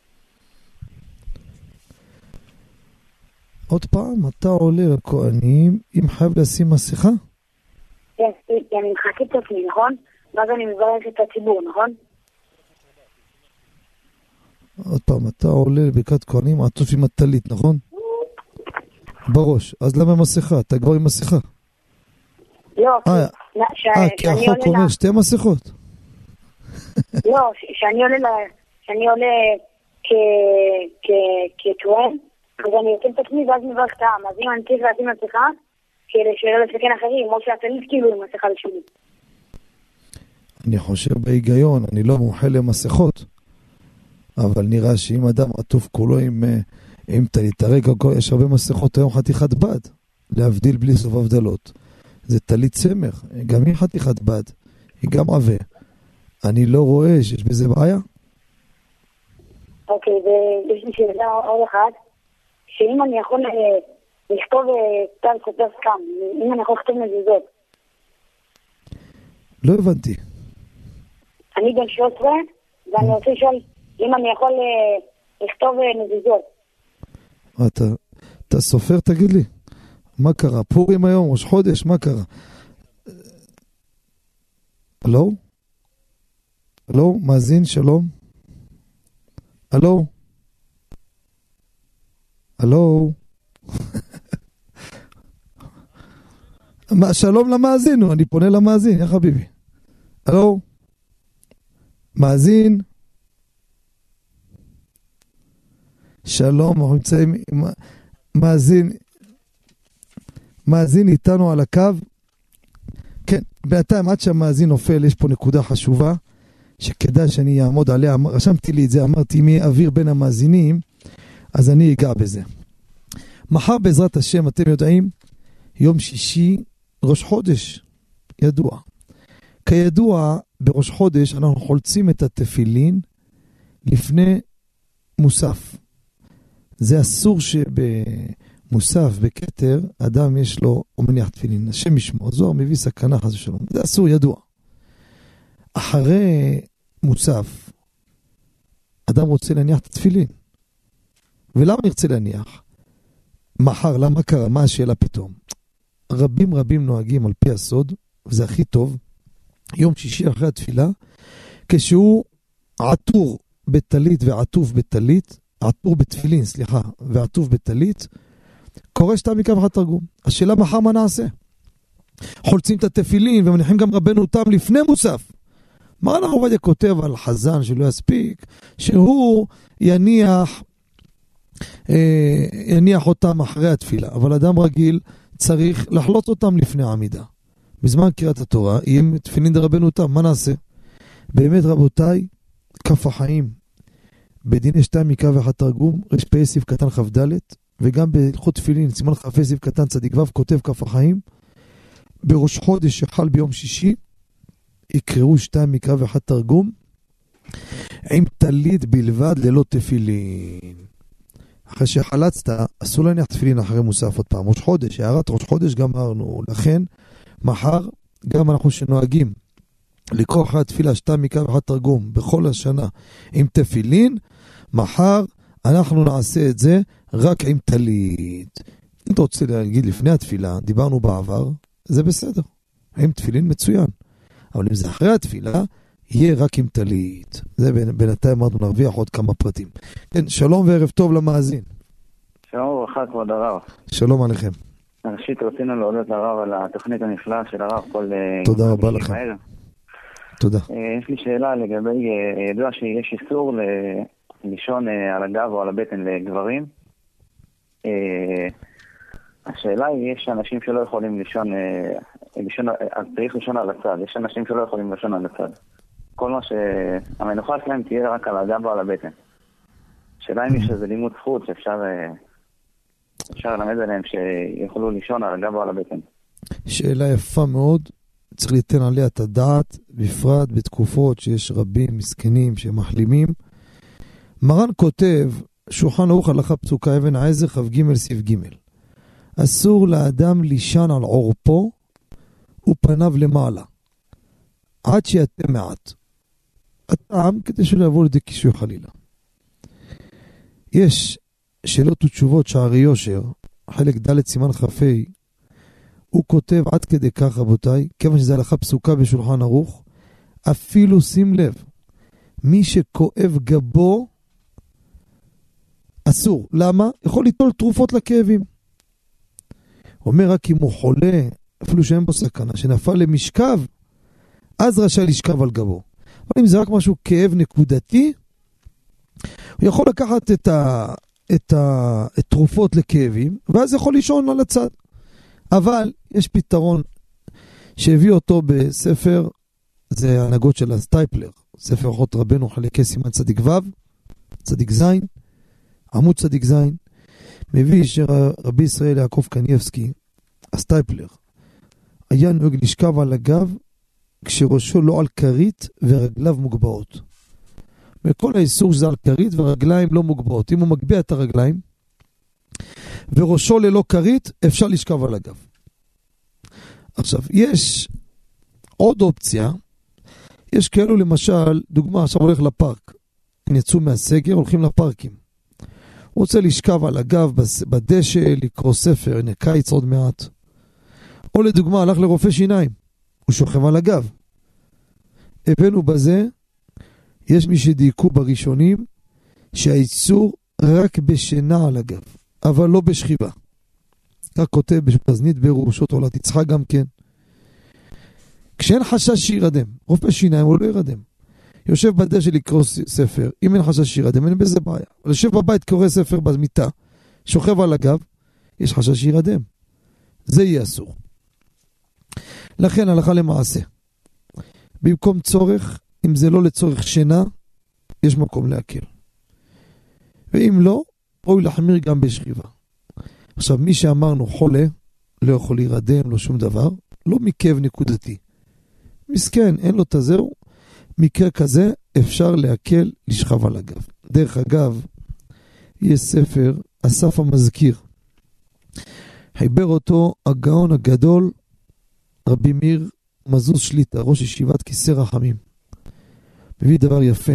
עוד פעם, אתה עולה לכהנים, אם חייב לשים מסכה? כן, אני מחכה את עצמי, נכון? ואז אני מברך את הציבור, נכון? עוד פעם, אתה עולה לברכת כהנים, עטוף עם הטלית, נכון? בראש. אז למה מסכה? אתה כבר עם מסכה. לא, אה, כי החוק אומר שתי מסכות. לא, שאני עולה ככהן, אז אני יוצא את עצמי ואז מברך את העם. אז אם אני צריך לשים מסכה, כדי שלא לסכן אחרים, או שהטלית כאילו עם מסכה לשני. אני חושב בהיגיון, אני לא מומחה למסכות, אבל נראה שאם אדם עטוף כולו עם, עם טלית, הרגע יש הרבה מסכות היום חתיכת בד, להבדיל בלי סוף הבדלות. זה טלית צמח, גם היא חתיכת בד, היא גם עווה. אני לא רואה שיש בזה בעיה. אוקיי, ויש לי שאלה עוד אחת, שאם אני יכול לכתוב כתב סופר סתם, אם אני יכול לכתוב מזוזות. לא הבנתי. אני בן שלוש עשרה, ואני רוצה לשאול אם אני יכול לכתוב מזוזות. אתה, אתה סופר, תגיד לי. מה קרה? פורים היום, ראש חודש, מה קרה? הלו? הלו? מאזין, שלום? הלו? הלו? שלום למאזין, אני פונה למאזין, יא חביבי. הלו? מאזין? שלום, אנחנו נמצאים, מאזין, מאזין איתנו על הקו, כן, בינתיים עד שהמאזין נופל, יש פה נקודה חשובה, שכדאי שאני אעמוד עליה, רשמתי לי את זה, אמרתי, אם יהיה אוויר בין המאזינים, אז אני אגע בזה. מחר בעזרת השם, אתם יודעים, יום שישי, ראש חודש, ידוע. כידוע, בראש חודש אנחנו חולצים את התפילין לפני מוסף. זה אסור שבמוסף, בכתר, אדם יש לו או מניח תפילין. השם ישמור, זוהר מביא סכנה חס ושלום. זה אסור, ידוע. אחרי מוסף, אדם רוצה להניח את התפילין. ולמה נרצה להניח? מחר, למה קרה? מה השאלה פתאום? רבים רבים נוהגים על פי הסוד, וזה הכי טוב, יום שישי אחרי התפילה, כשהוא עטור בטלית ועטוף בטלית, עטור בתפילין, סליחה, ועטוף בטלית, קורא שתה מכף אחד תרגום. השאלה מחר מה נעשה? חולצים את התפילין ומניחים גם רבנו אותם לפני מוסף. מרן הרב עובדיה כותב על חזן שלא יספיק, שהוא יניח, אה, יניח אותם אחרי התפילה, אבל אדם רגיל צריך לחלוץ אותם לפני העמידה. בזמן קריאת התורה, אם תפילין דרבנו אותם, מה נעשה? באמת רבותיי, כף החיים, בדיני שתיים מקו אחד תרגום, רש פי סעיף קטן כ"ד, וגם בהלכות תפילין, סימן כ"ה סעיף קטן צדיק ו' כותב כף החיים, בראש חודש שחל ביום שישי, יקראו שתיים מקו אחד תרגום, עם טלית בלבד ללא תפילין. אחרי שחלצת, אסור להניח תפילין אחרי מוסף עוד פעם. ראש חודש, הערת ראש חודש גמרנו. לכן, מחר, גם אנחנו שנוהגים לקרוא אחרי התפילה שתיים מקו אחד תרגום בכל השנה עם תפילין, מחר אנחנו נעשה את זה רק עם טלית. אם אתה רוצה להגיד לפני התפילה, דיברנו בעבר, זה בסדר. עם תפילין מצוין. אבל אם זה אחרי התפילה, יהיה רק עם טלית. זה בינתיים אמרנו נרוויח עוד כמה פרטים. כן, שלום וערב טוב למאזין. שלום וברכה כבוד הרב. שלום עליכם. ראשית רצינו להודות לרב על התוכנית הנפלאה של הרב כל... תודה רבה לכם. תודה. יש לי שאלה לגבי, ידוע שיש איסור לישון על הגב או על הבטן לגברים. השאלה היא, יש אנשים שלא יכולים לישון, לישון, אז צריך לישון על הצד, יש אנשים שלא יכולים לישון על הצד. כל מה שהמנוחה שלהם תהיה רק על הגב או על הבטן. השאלה אם יש איזה לימוד זכות שאפשר אפשר ללמד עליהם שיכולו לישון על הגב או על הבטן. שאלה יפה מאוד, צריך ליתן עליה את הדעת, בפרט בתקופות שיש רבים מסכנים שמחלימים. מרן כותב, שולחן ערוך הלכה פסוקה אבן העזר כ"ג סעיף ג', אסור לאדם לישן על עורפו ופניו למעלה, עד שיתה מעט. הטעם כדי שלא יבוא לידי קישוי חלילה. יש שאלות ותשובות שערי יושר, חלק ד' סימן חפי, הוא כותב עד כדי כך רבותיי, כיוון שזה הלכה פסוקה בשולחן ערוך, אפילו שים לב, מי שכואב גבו, אסור. למה? יכול ליטול תרופות לכאבים. אומר רק אם הוא חולה, אפילו שאין בו סכנה, שנפל למשכב, אז רשאי לשכב על גבו. אבל אם זה רק משהו כאב נקודתי, הוא יכול לקחת את ה... את התרופות לכאבים, ואז יכול לישון על הצד. אבל יש פתרון שהביא אותו בספר, זה ההנהגות של הסטייפלר, ספר אורחות רבנו חלקי סימן צדיק ו', צדיק זין, עמוד צדיק זין, מביא שרבי ישראל יעקב קניאבסקי, הסטייפלר, היה נוהג לשכב על הגב, כשראשו לא על כרית ורגליו מוגבעות. מכל האיסור שזה על כרית ורגליים לא מוגבעות. אם הוא מגביע את הרגליים וראשו ללא כרית, אפשר לשכב על הגב. עכשיו, יש עוד אופציה. יש כאלו למשל, דוגמה, עכשיו הולך לפארק. הם יצאו מהסגר, הולכים לפארקים. הוא רוצה לשכב על הגב בדשא, לקרוא ספר, הנה קיץ עוד מעט. או לדוגמה, הלך לרופא שיניים. הוא שוכב על הגב. הבאנו בזה, יש מי שדייקו בראשונים שהאיסור רק בשינה על הגב, אבל לא בשכיבה. כך כותב בפזנית בראשות עולת יצחק גם כן. כשאין חשש שירדם, רופא שיניים הוא לא ירדם. יושב בדשא לקרוא ספר, אם אין חשש שירדם, אין בזה בעיה. אבל יושב בבית קורא ספר במיטה, שוכב על הגב, יש חשש שירדם. זה יהיה אסור. לכן הלכה למעשה, במקום צורך, אם זה לא לצורך שינה, יש מקום להקל. ואם לא, ראוי להחמיר גם בשכיבה. עכשיו, מי שאמרנו חולה, לא יכול להירדם, לא שום דבר, לא מכאב נקודתי. מסכן, אין לו תזהו, מקרה כזה אפשר להקל לשכב על הגב. דרך אגב, יש ספר, אסף המזכיר. חיבר אותו הגאון הגדול, רבי מאיר מזוז שליטה, ראש ישיבת כיסא רחמים. מביא דבר יפה.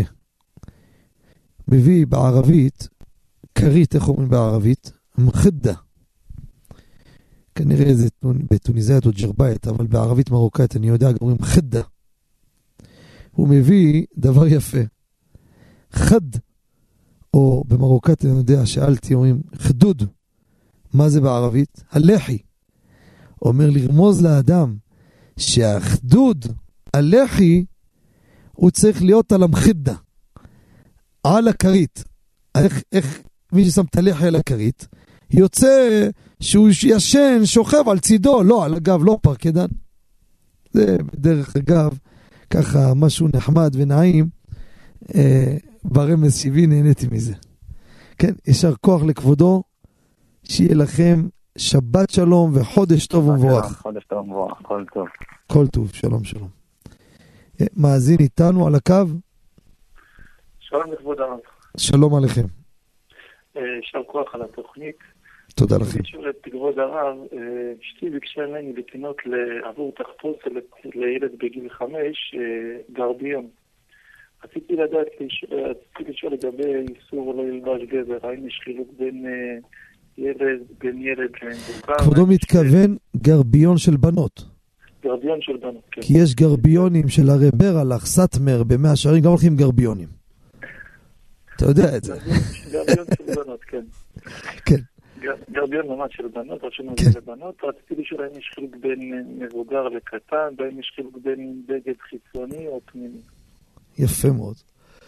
מביא בערבית, קרית, איך אומרים בערבית? מחדה. כנראה זה בתוניסאית או ג'רבאית, אבל בערבית מרוקאית אני יודע, אומרים חדה. הוא מביא דבר יפה. חד, או במרוקאית אני יודע, שאלתי, אומרים חדוד. מה זה בערבית? הלחי. אומר לרמוז לאדם שהחדוד, הלחי, הוא צריך להיות על המחדה, על הקרית. איך, איך מי ששם את הלחי על הקרית, יוצא שהוא ישן, שוכב על צידו, לא, על הגב, לא פרקדן. זה בדרך אגב, ככה משהו נחמד ונעים, אה, ברמז שבי נהניתי מזה. כן, ישר כוח לכבודו, שיהיה לכם שבת שלום וחודש טוב ומבורך. חודש טוב ומבורך, כל טוב. כל טוב, שלום שלום. מאזין איתנו על הקו? שלום לכבוד הרב. שלום עליכם. יישר כוח על התוכנית. תודה לכם. שואל את כבוד הרב, אשתי ביקשה ממני לקנות עבור תחפושת לילד בגיל חמש, גרביון. רציתי לדעת, רציתי לשאול לגבי איסור לא ילבש גבר, האם יש חילוק בין ילד, בין ילד למבוגר? כבודו מתכוון גרביון של בנות. גרביון של בנות, כן. כי יש גרביונים של הרי ברלך, סטמר, במאה שערים, גם הולכים גרביונים. אתה יודע את זה. גרביון של בנות, כן. כן. גרביון ממש של בנות, רשום על זה לבנות. רציתי לשאול האם יש חילוק בין מבוגר לקטן, והאם יש חילוק בין בגד חיצוני או פנימי. יפה מאוד.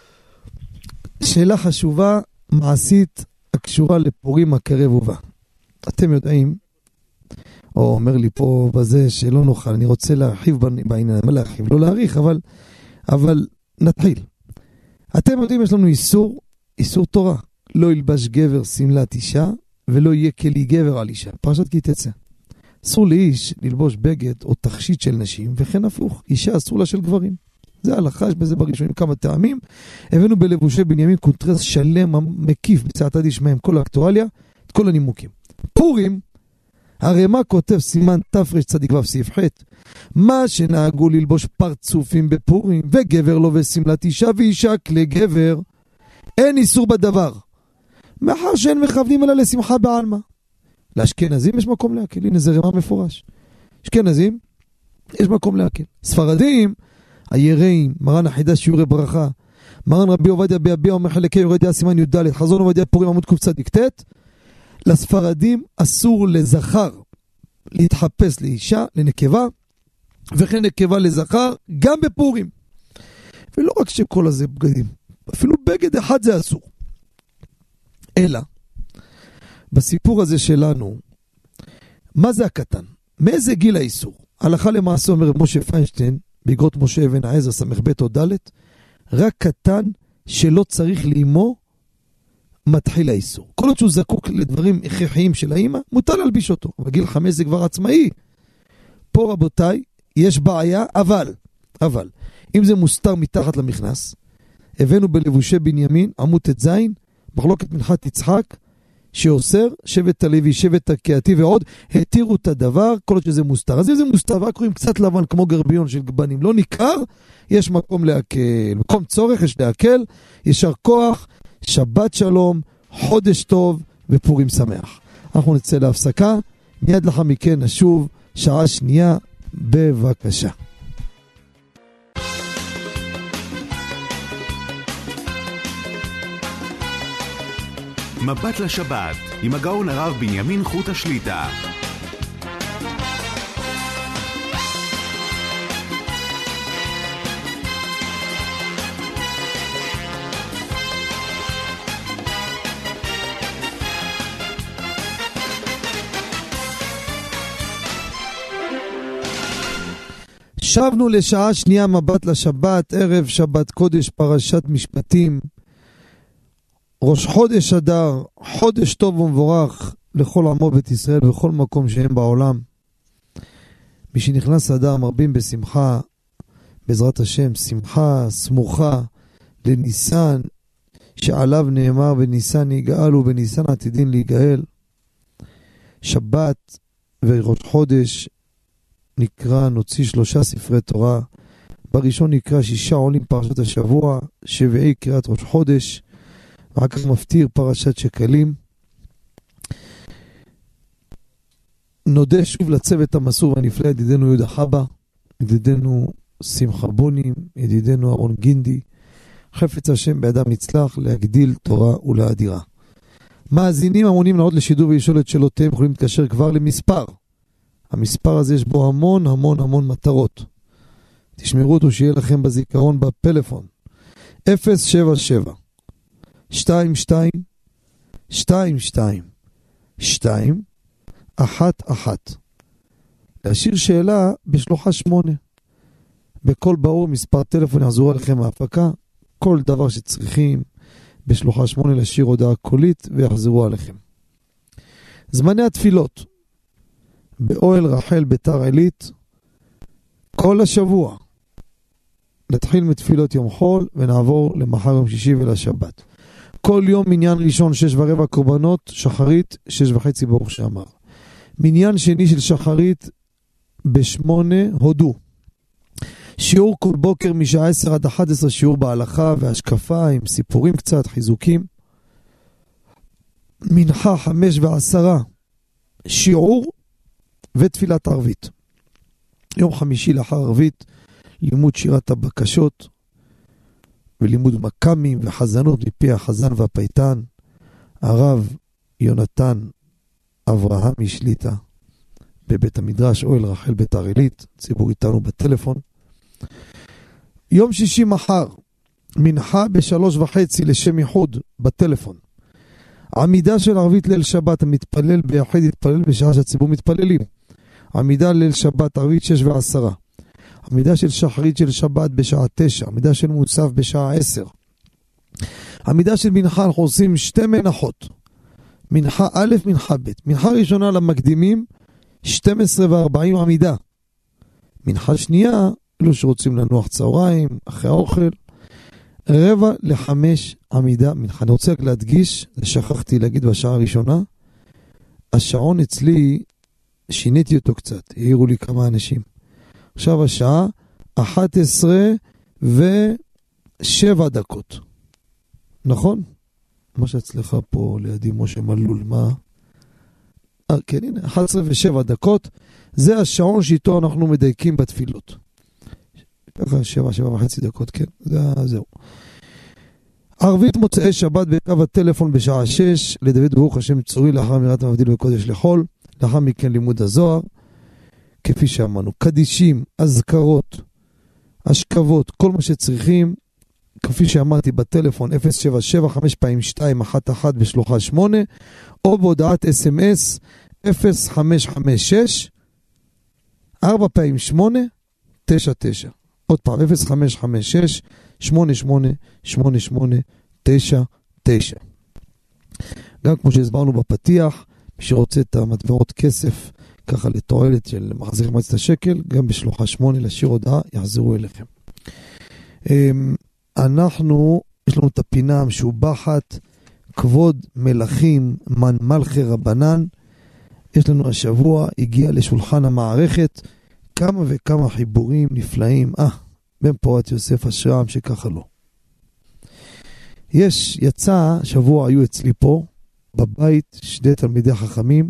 שאלה חשובה, מעשית, הקשורה לפורים הקרב ובא. אתם יודעים, או אומר לי פה בזה שלא נוכל, אני רוצה להרחיב בעניין, מה להרחיב? לא להאריך, אבל, אבל נתחיל. אתם יודעים, יש לנו איסור, איסור תורה. לא ילבש גבר סמלת אישה, ולא יהיה כלי גבר על אישה. פרשת כי תצא. אסור לאיש ללבוש בגד או תכשיט של נשים, וכן הפוך, אישה אסור לה של גברים. זה הלכה, יש בזה בראשונים כמה טעמים. הבאנו בלבושי בנימין קונטרס שלם, מקיף בצעתא דשמיא, כל האקטואליה, את כל הנימוקים. פורים, הרי מה כותב סימן תפרש צדיק ו' סעיף ח'? מה שנהגו ללבוש פרצופים בפורים, וגבר לובש סמלת אישה ואישה כלי גבר, אין איסור בדבר. מאחר שאין מכוונים אלא לשמחה בעלמא. לאשכנזים יש מקום להקל, הנה זה רמה מפורש. אשכנזים, יש מקום להקל. ספרדים, היראים, מרן החידש שיעורי ברכה, מרן רבי עובדיה ביביע אומר חלקי יורדיה סימן י"ד, חזון עובדיה פורים עמוד קצ"ט, לספרדים אסור לזכר להתחפש לאישה, לנקבה, וכן נקבה לזכר, גם בפורים. ולא רק שכל הזה בגדים, אפילו בגד אחד זה אסור. אלא, בסיפור הזה שלנו, מה זה הקטן? מאיזה גיל האיסור? הלכה למעשה אומר משה פיינשטיין, באגרות משה אבן העזר סמך ב' או ד', רק קטן שלא צריך לאמו, מתחיל האיסור. כל עוד שהוא זקוק לדברים הכרחיים של האמא, מותר להלביש אותו. בגיל חמש זה כבר עצמאי. פה רבותיי, יש בעיה, אבל, אבל, אם זה מוסתר מתחת למכנס, הבאנו בלבושי בנימין, עמוד ט"ז, מחלוקת מנחת יצחק, שאוסר, שבט הלוי, שבט הקהתי ועוד, התירו את הדבר, כל עוד שזה מוסתר. אז אם זה מוסתר, רק רואים קצת לבן כמו גרביון של גבנים, לא ניכר, יש מקום להקל. מקום צורך יש להקל, ישר כוח, שבת שלום, חודש טוב ופורים שמח. אנחנו נצא להפסקה, מיד לאחר מכן נשוב, שעה שנייה, בבקשה. מבט לשבת, עם הגאון הרב בנימין חוט השליטה. שבנו לשעה שנייה מבט לשבת, ערב שבת קודש, פרשת משפטים, ראש חודש אדר, חודש טוב ומבורך לכל עמו בית ישראל ובכל מקום שהם בעולם. מי שנכנס אדר מרבים בשמחה, בעזרת השם, שמחה סמוכה לניסן, שעליו נאמר בניסן יגאל ובניסן עתידין להיגאל. שבת וראש חודש נקרא, נוציא שלושה ספרי תורה. בראשון נקרא שישה עולים פרשת השבוע, שביעי קריאת ראש חודש, ואחר כך מפטיר פרשת שקלים. נודה שוב לצוות המסור והנפלא, ידידנו יהודה חבא, ידידנו שמחה בונים, ידידנו אהרון גינדי, חפץ השם בידם נצלח להגדיל תורה ולהדירה. מאזינים המונים לעוד לשידור ולשאול את שאלותיהם, יכולים להתקשר כבר למספר. המספר הזה יש בו המון המון המון מטרות. תשמרו אותו שיהיה לכם בזיכרון בפלאפון. אפס שבע שבע שתיים שתיים שתיים שתיים שתיים אחת אחת. להשאיר שאלה בשלוחה שמונה. בכל ברור מספר טלפון יחזרו עליכם מההפקה. כל דבר שצריכים בשלוחה שמונה להשאיר הודעה קולית ויחזרו עליכם. זמני התפילות באוהל רחל ביתר עילית כל השבוע. נתחיל מתפילות יום חול ונעבור למחר יום שישי ולשבת. כל יום מניין ראשון שש ורבע קורבנות, שחרית שש וחצי ברוך שאמר. מניין שני של שחרית בשמונה הודו. שיעור כל בוקר משעה עשר עד אחת עשרה, שיעור בהלכה והשקפה עם סיפורים קצת, חיזוקים. מנחה חמש ועשרה, שיעור ותפילת ערבית. יום חמישי לאחר ערבית, לימוד שירת הבקשות, ולימוד מקמים וחזנות מפי החזן והפייטן, הרב יונתן אברהם משליטה, בבית המדרש אוהל רחל ביתר עילית, ציבור איתנו בטלפון. יום שישי מחר, מנחה בשלוש וחצי לשם ייחוד בטלפון. עמידה של ערבית ליל שבת, המתפלל ביחד יתפלל בשעה שהציבור מתפללים. עמידה ליל שבת ערבית שש ועשרה. עמידה של שחרית של שבת בשעה תשע. עמידה של מוסף בשעה עשר. עמידה של מנחה, אנחנו עושים שתי מנחות. מנחה א', מנחה ב'. מנחה ראשונה למקדימים, שתים עשרה וארבעים עמידה. מנחה שנייה, אלו שרוצים לנוח צהריים, אחרי האוכל, רבע לחמש עמידה מנחה. אני רוצה רק להדגיש, שכחתי להגיד בשעה הראשונה, השעון אצלי, שיניתי אותו קצת, העירו לי כמה אנשים. עכשיו השעה אחת עשרה ושבע דקות. נכון? מה שאצלך פה לידי משה מלול, מה? אה, כן, הנה, אחת עשרה ושבע דקות, זה השעון שאיתו אנחנו מדייקים בתפילות. ככה שבע, שבע וחצי דקות, כן, זה, זהו. ערבית מוצאי שבת בקו הטלפון בשעה שש, לדוד ברוך השם צורי לאחר אמירת המבדיל בקודש לחול, לאחר מכן לימוד הזוהר, כפי שאמרנו, קדישים, אזכרות, השכבות, כל מה שצריכים, כפי שאמרתי בטלפון אפס שבע שבע חמש פעמים שתיים אחת אחת בשלוחה שמונה, או בהודעת אס אם אס אפס חמש חמש שש ארבע פעמים שמונה תשע תשע. עוד פעם, אפס חמש חמש שש שמונה שמונה שמונה שמונה תשע תשע. גם כמו שהסברנו בפתיח, מי שרוצה את המטבעות כסף, ככה לתועלת של מחזיר מועצת השקל, גם בשלוחה שמונה לשיר הודעה, יחזרו אליכם. אנחנו, יש לנו את הפינה המשובחת, כבוד מלכים מן מלכי רבנן. יש לנו השבוע, הגיע לשולחן המערכת, כמה וכמה חיבורים נפלאים. אה, בן פורת יוסף אשרם שככה לא. יש, יצא, שבוע היו אצלי פה, בבית, שני תלמידי חכמים,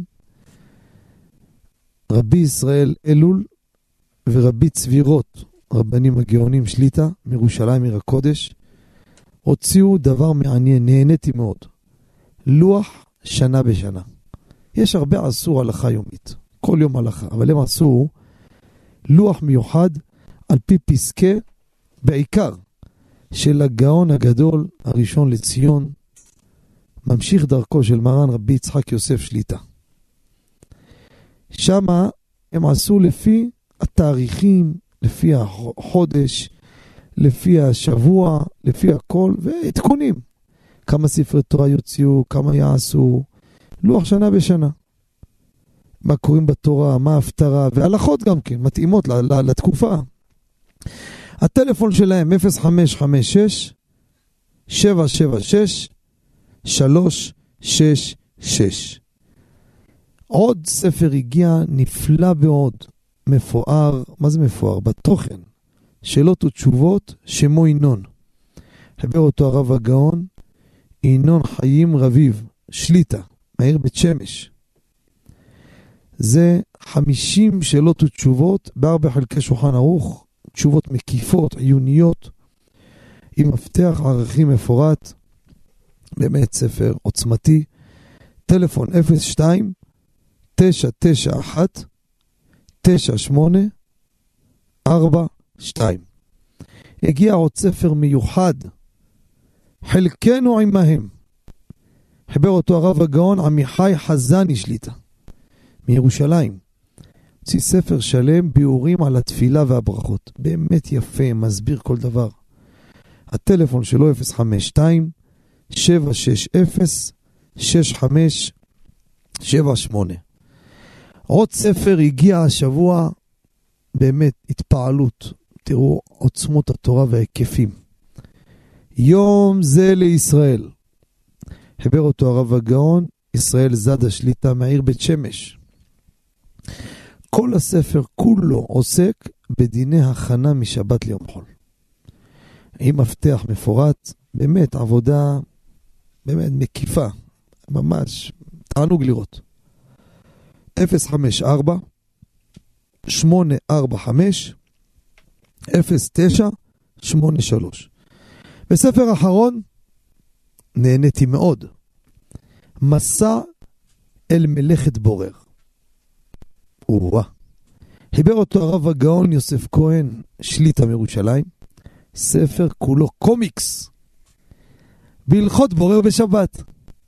רבי ישראל אלול ורבי צבירות, רבנים הגאונים שליטה, מירושלים עיר הקודש, הוציאו דבר מעניין, נהניתי מאוד. לוח שנה בשנה. יש הרבה עשו הלכה יומית, כל יום הלכה, אבל הם עשו לוח מיוחד על פי פסקי, בעיקר של הגאון הגדול הראשון לציון, ממשיך דרכו של מרן רבי יצחק יוסף שליטה. שמה הם עשו לפי התאריכים, לפי החודש, לפי השבוע, לפי הכל, ועדכונים. כמה ספרי תורה יוציאו, כמה יעשו, לוח שנה בשנה. מה קוראים בתורה, מה ההפטרה, והלכות גם כן, מתאימות לתקופה. הטלפון שלהם אפס חמש חמש שש שבע שבע שש שלוש שש שש. עוד ספר הגיע נפלא מאוד, מפואר, מה זה מפואר? בתוכן, שאלות ותשובות, שמו ינון. חבר אותו הרב הגאון, ינון חיים רביב, שליטה, מהעיר בית שמש. זה חמישים שאלות ותשובות, בארבע חלקי שולחן ערוך, תשובות מקיפות, עיוניות, עם מפתח ערכים מפורט, באמת ספר עוצמתי. טלפון אפס שתיים תשע תשע אחת תשע שמונה ארבע שתיים. הגיע עוד ספר מיוחד, חלקנו עמהם. חבר אותו הרב הגאון עמיחי חזני שליטה, מירושלים. הוציא ספר שלם ביאורים על התפילה והברכות. באמת יפה, מסביר כל דבר. הטלפון שלו אפס חמש שתיים שבע שש אפס שש חמש שבע שמונה. עוד ספר הגיע השבוע, באמת התפעלות. תראו עוצמות התורה וההיקפים. יום זה לישראל. חבר אותו הרב הגאון, ישראל זד השליטה מהעיר בית שמש. כל הספר כולו עוסק בדיני הכנה משבת ליום חול. עם מפתח מפורט, באמת עבודה באמת מקיפה, ממש תענוג לראות. אפס חמש ארבע שמונה ארבע חמש אפס תשע שמונה שלוש. בספר האחרון נהניתי מאוד. מסע אל מלאכת בורר. וואה. חיבר אותו הרב הגאון יוסף כהן שליטה מירושלים. ספר כולו קומיקס. בהלכות בורר בשבת.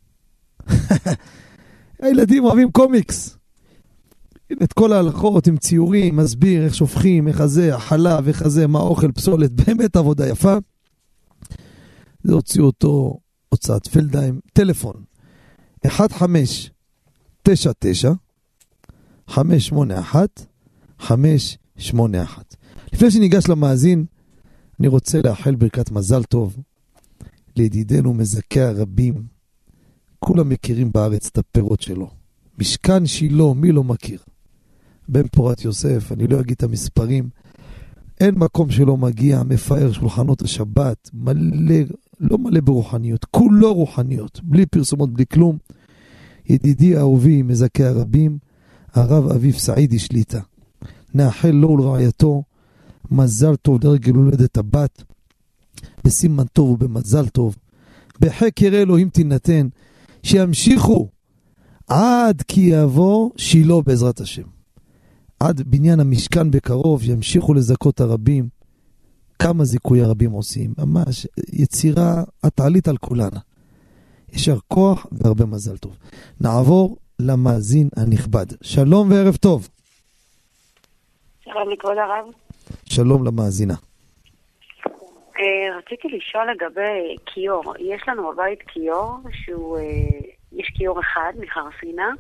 הילדים אוהבים קומיקס. את כל ההלכות עם ציורים, מסביר איך שופכים, איך הזה, החלב, איך הזה, מה אוכל, פסולת. באמת עבודה יפה. זה הוציאו אותו הוצאת פלדהיים. טלפון אחת חמש תשע תשע חמש שמונה אחת חמש שמונה אחת. לפני שניגש למאזין, אני רוצה לאחל ברכת מזל טוב לידידנו מזכה הרבים. כולם מכירים בארץ את הפירות שלו. משכן שילה, מי לא מכיר? בן פורת יוסף, אני לא אגיד את המספרים. אין מקום שלא מגיע, מפאר שולחנות השבת, מלא, לא מלא ברוחניות, כולו רוחניות, בלי פרסומות, בלי כלום. ידידי אהובי מזכה הרבים, הרב אביב סעידי שליטה. נאחל לו ולרעייתו מזל טוב לרגל הולדת הבת, בסימן טוב ובמזל טוב, בחקר אלוהים תינתן, שימשיכו עד כי יבוא שילה בעזרת השם. עד בניין המשכן בקרוב ימשיכו לזכות הרבים. כמה זיכוי הרבים עושים, ממש יצירה התעלית על כולנה. ישר כוח והרבה מזל טוב. נעבור למאזין הנכבד. שלום וערב טוב. שלום לכבוד הרב. שלום למאזינה. רציתי לשאול לגבי קיור. יש לנו בבית קיור, שהוא, יש קיור אחד מחרסינה,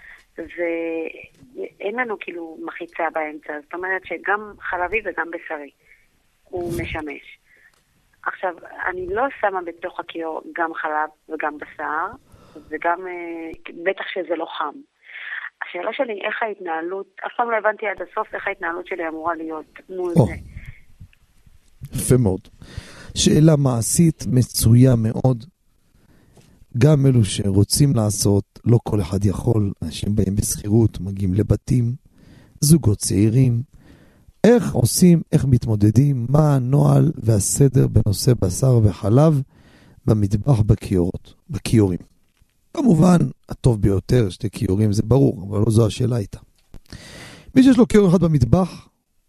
ואין לנו כאילו מחיצה באמצע. זאת אומרת שגם חלבי וגם בשרי הוא משמש. עכשיו, אני לא שמה בתוך הקיור גם חלב וגם בשר, וגם, בטח שזה לא חם. השאלה שלי, איך ההתנהלות, אף פעם לא הבנתי עד הסוף איך ההתנהלות שלי אמורה להיות מול או, זה. יפה מאוד. שאלה מעשית מצויה מאוד. גם אלו שרוצים לעשות, לא כל אחד יכול. אנשים באים בסחירות, מגיעים לבתים, זוגות צעירים. איך עושים, איך מתמודדים, מה הנוהל והסדר בנושא בשר וחלב במטבח בקיורות, בקיורים. כמובן, הטוב ביותר, שתי קיורים זה ברור, אבל לא זו השאלה איתה. מי שיש לו קיור אחד במטבח,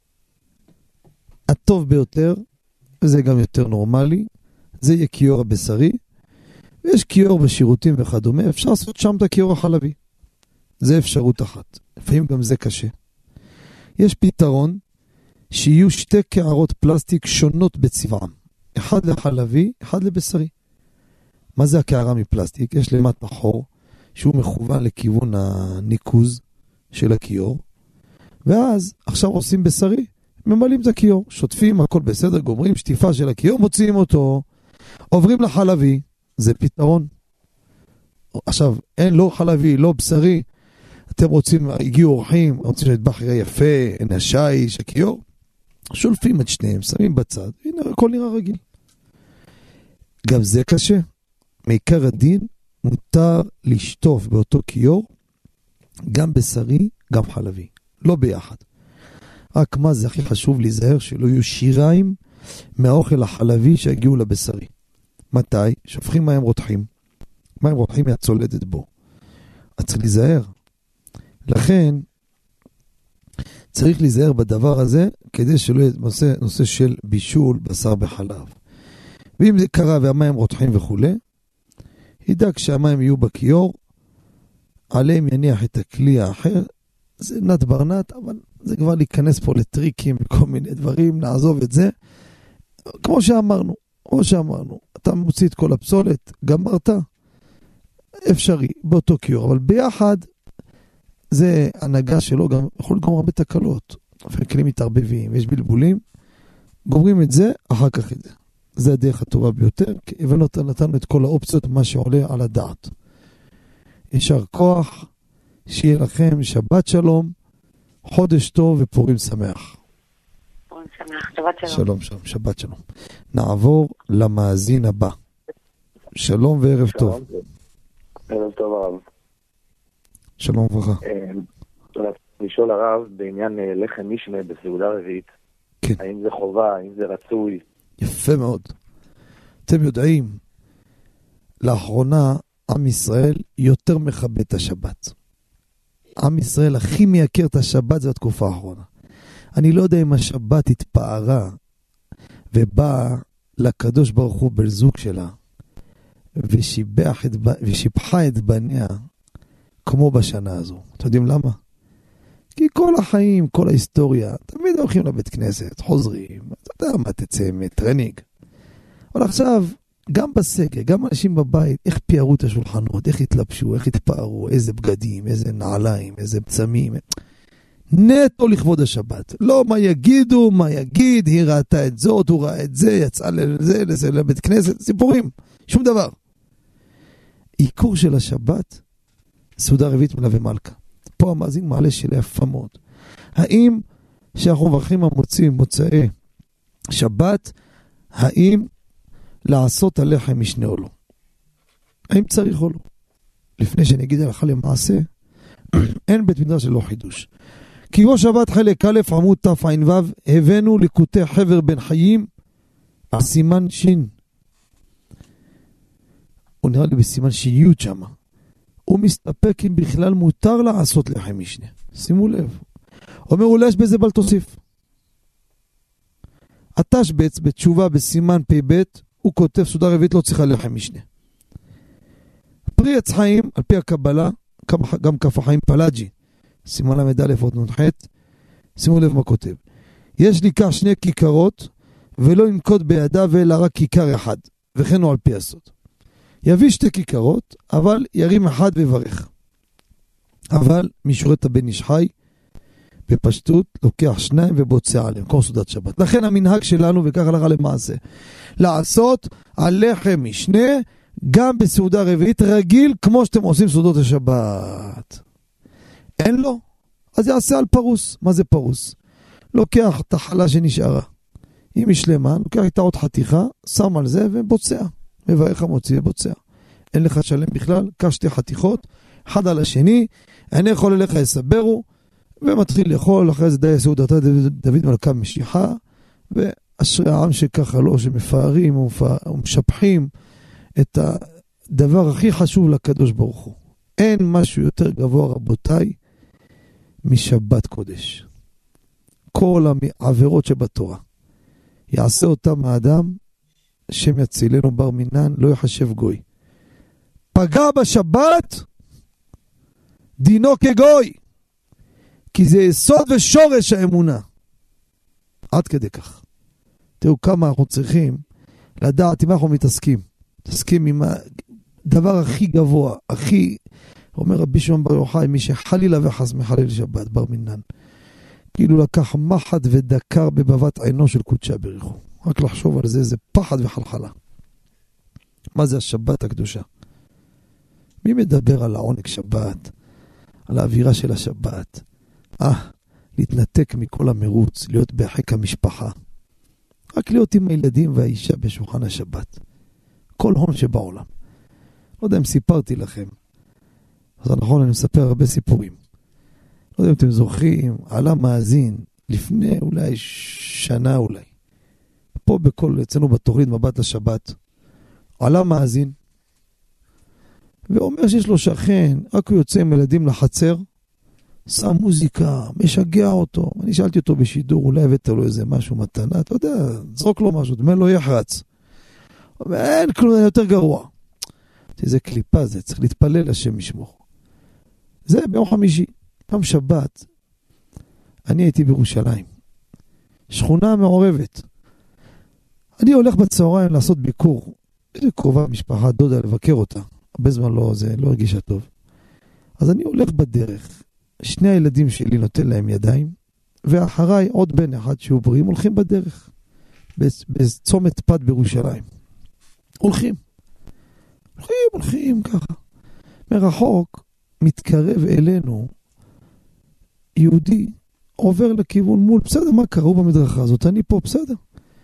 הטוב ביותר, וזה גם יותר נורמלי, זה יהיה קיור הבשרי, ויש קיור בשירותים וכדומה, אפשר לעשות שם את הקיור החלבי. זה אפשרות אחת. לפעמים גם זה קשה. יש פתרון שיהיו שתי קערות פלסטיק שונות בצבעם. אחד לחלבי, אחד לבשרי. מה זה הקערה מפלסטיק? יש למטה חור, שהוא מכוון לכיוון הניקוז של הכיור, ואז עכשיו עושים בשרי, ממלאים את הכיור, שוטפים, הכל בסדר, גומרים שטיפה של הכיור, מוציאים אותו, עוברים לחלבי, זה פתרון. עכשיו, אין לא חלבי, לא בשרי, אתם רוצים, הגיעו אורחים, רוצים שהטבח יראה יפה, אין השיש, הכיור, שולפים את שניהם, שמים בצד, הנה, הכל נראה רגיל. גם זה קשה. מעיקר הדין, מותר לשטוף באותו כיור, גם בשרי, גם חלבי. לא ביחד. רק מה זה הכי חשוב להיזהר שלא יהיו שיריים מהאוכל החלבי שהגיעו לבשרי. מתי? שופכים מים רותחים. מים רותחים מהצולדת בו. אז צריך להיזהר. לכן, צריך להיזהר בדבר הזה, כדי שלא יהיה נושא, נושא של בישול בשר בחלב. ואם זה קרה והמים רותחים וכו', ידאג שהמים יהיו בכיור, עליהם יניח את הכלי האחר, זה נת ברנת, אבל זה כבר להיכנס פה לטריקים וכל מיני דברים, נעזוב את זה. כמו שאמרנו, כמו שאמרנו, אתה מוציא את כל הפסולת, גמרת, אפשרי, באותו כיור, אבל ביחד, זה הנהגה שלו, גם יכול לגמור הרבה תקלות, כלים מתערבבים, ויש בלבולים, גומרים את זה, אחר כך את זה. זה הדרך הטובה ביותר, כי הבנו נתנו את כל האופציות, מה שעולה על הדעת. ישר כוח, שיהיה לכם שבת שלום, חודש טוב ופורים שמח. פורים שמח, שבת שלום. שלום, שלום, שבת שלום. נעבור למאזין הבא. שלום וערב טוב. ערב טוב הרב. שלום וברכה. לשאול הרב בעניין לחם משנה בסעודה רביעית. כן. האם זה חובה, האם זה רצוי? יפה מאוד. אתם יודעים, לאחרונה עם ישראל יותר מכבד את השבת. עם ישראל הכי מייקר את השבת זה בתקופה האחרונה. אני לא יודע אם השבת התפארה ובאה לקדוש ברוך הוא בזוג שלה ושיבח את, ושיבחה את בניה כמו בשנה הזו. אתם יודעים למה? כי כל החיים, כל ההיסטוריה, תמיד הולכים לבית כנסת, חוזרים, אתה יודע מה תצא מטרנינג. אבל עכשיו, גם בסגר, גם אנשים בבית, איך פיארו את השולחנות, איך התלבשו, איך התפארו, איזה בגדים, איזה נעליים, איזה בצמים. נטו לכבוד השבת. לא מה יגידו, מה יגיד, היא ראתה את זאת, הוא ראה את זה, יצאה לזה, לזה, לבית כנסת, סיפורים, שום דבר. עיקור של השבת, סעודה רביעית מלווה מלכה. פה המאזין מעלה שאלה יפה מאוד. האם שאנחנו מברכים המוצאים מוצאי שבת, האם לעשות הלחם משנה או לא? האם צריך או לא? לפני שאני אגיד הלכה למעשה, אין בית מדרש ללא חידוש. כי בו שבת חלק א' עמוד תע"ו, הבאנו לקוטי חבר בן חיים, סימן שין. הוא נראה לי בסימן שי"ת שמה. הוא מסתפק אם בכלל מותר לעשות לחם משנה. שימו לב. אומר אולי יש בזה בל תוסיף. התשבץ בתשובה בסימן פי ב' הוא כותב סעודה רביעית לא צריכה לחם משנה. פרי עץ חיים על פי הקבלה, גם כף החיים פלאג'י, סימן למד א' עוד נ"ח, שימו לב מה כותב. יש לי כך שני כיכרות ולא ינקוט בידיו אלא רק כיכר אחד, וכן הוא על פי הסוד. יביא שתי כיכרות, אבל ירים אחד וברך. אבל משורת הבן איש חי, בפשטות, לוקח שניים ובוצע עליהם, כמו סעודת שבת. לכן המנהג שלנו, וכך הלכה למעשה, לעשות הלחם משנה, גם בסעודה רביעית רגיל, כמו שאתם עושים סעודות השבת. אין לו? אז יעשה על פרוס. מה זה פרוס? לוקח את החלה שנשארה. אם היא שלמה, לוקח איתה עוד חתיכה, שם על זה ובוצע. מברך המוציא ובוצע. אין לך שלם בכלל, קח שתי חתיכות, אחד על השני, אני יכול ללך לסברו, ומתחיל לאכול, אחרי זה די סעודתה דוד מלכה משיחה, ואשרי העם שככה לא, שמפארים ומשפחים את הדבר הכי חשוב לקדוש ברוך הוא. אין משהו יותר גבוה רבותיי, משבת קודש. כל העבירות שבתורה. יעשה אותם האדם, שם יצילנו בר מינן, לא יחשב גוי. פגע בשבת, דינו כגוי. כי זה יסוד ושורש האמונה. עד כדי כך. תראו כמה אנחנו צריכים לדעת אם אנחנו מתעסקים. מתעסקים עם הדבר הכי גבוה, הכי, אומר רבי שמעון בר יוחאי, מי שחלילה וחס מחלל שבת, בר מינן. כאילו לקח מחט ודקר בבבת עינו של קודשה בריחו. רק לחשוב על זה, זה פחד וחלחלה. מה זה השבת הקדושה? מי מדבר על העונג שבת? על האווירה של השבת? אה, להתנתק מכל המרוץ, להיות בחיק המשפחה. רק להיות עם הילדים והאישה בשולחן השבת. כל הון שבעולם. לא יודע אם סיפרתי לכם. אז נכון, אני מספר הרבה סיפורים. לא יודע אם אתם זוכרים, עלה מאזין לפני אולי שנה אולי. פה בכל, אצלנו בתוכנית מבט לשבת, עלה מאזין, ואומר שיש לו שכן, רק הוא יוצא עם ילדים לחצר, שם מוזיקה, משגע אותו. אני שאלתי אותו בשידור, אולי הבאת לו איזה משהו מתנה, אתה יודע, זרוק לו משהו, דמה לו יחרץ. אין כלום, יותר גרוע. זה קליפה, זה צריך להתפלל השם ישמור. זה ביום חמישי, פעם שבת, אני הייתי בירושלים, שכונה מעורבת. אני הולך בצהריים לעשות ביקור, איזה קרובה משפחה, דודה, לבקר אותה. הרבה זמן לא, זה לא הרגישה טוב. אז אני הולך בדרך, שני הילדים שלי נותן להם ידיים, ואחריי עוד בן אחד שהוא בריאים, הולכים בדרך, בצומת פת בירושלים. הולכים. הולכים, הולכים ככה. מרחוק, מתקרב אלינו, יהודי, עובר לכיוון מול, בסדר, מה קראו במדרכה הזאת? אני פה, בסדר.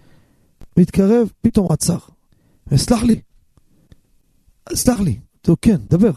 מתקרב, פתאום עצר. סלח לי. סלח לי. טוב, כן, דבר.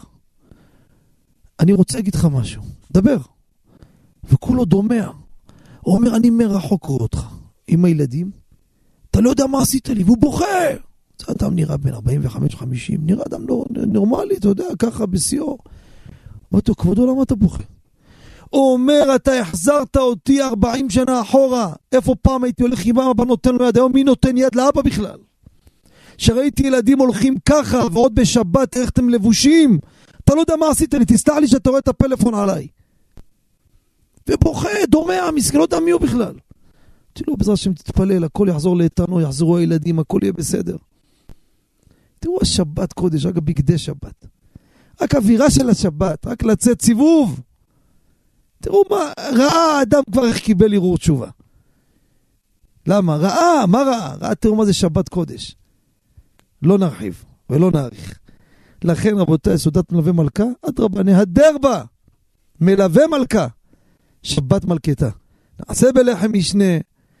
אני רוצה להגיד לך משהו. דבר. וכולו דומע. הוא אומר, אני מרחוק רואה אותך. עם הילדים. אתה לא יודע מה עשית לי, והוא בוכה. זה אדם נראה בין ארבעים וחמש חמישים. נראה אדם לא, נורמלי, אתה יודע, ככה בסיור. אמרתי לו, כבודו, למה אתה בוכה? הוא אומר, אתה החזרת אותי ארבעים שנה אחורה. איפה פעם הייתי הולך עם אבא נותן לו יד? היום מי נותן יד לאבא בכלל? שראיתי ילדים הולכים ככה, ועוד בשבת, איך אתם לבושים? אתה לא יודע מה עשית לי, תסלח לי שאתה רואה את הפלאפון עליי. ובוכה, דומע, מסכן, לא יודע מי הוא בכלל. תראו, בעזרת השם תתפלל, הכל יחזור לאיתנו, יחזרו הילדים, הכל יהיה בסדר. תראו, השבת קודש, רק בגדי שבת. רק אווירה של השבת, רק לצאת סיבוב. תראו מה, ראה האדם כבר איך קיבל ערעור תשובה. למה? ראה, מה ראה? ראה, תראו מה זה שבת קודש. לא נרחיב ולא נאריך. לכן רבותיי, סעודת מלווה מלכה, אדרבה, נהדר בה. מלווה מלכה. שבת מלכתה. נעשה בלחם משנה.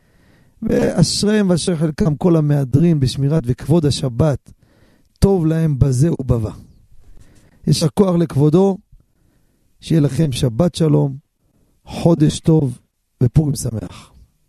ואשריהם ואשר חלקם כל המהדרים בשמירת וכבוד השבת. טוב להם בזה ובבא. יש הכוח לכבודו. שיהיה לכם שבת שלום, חודש טוב ופורים שמח.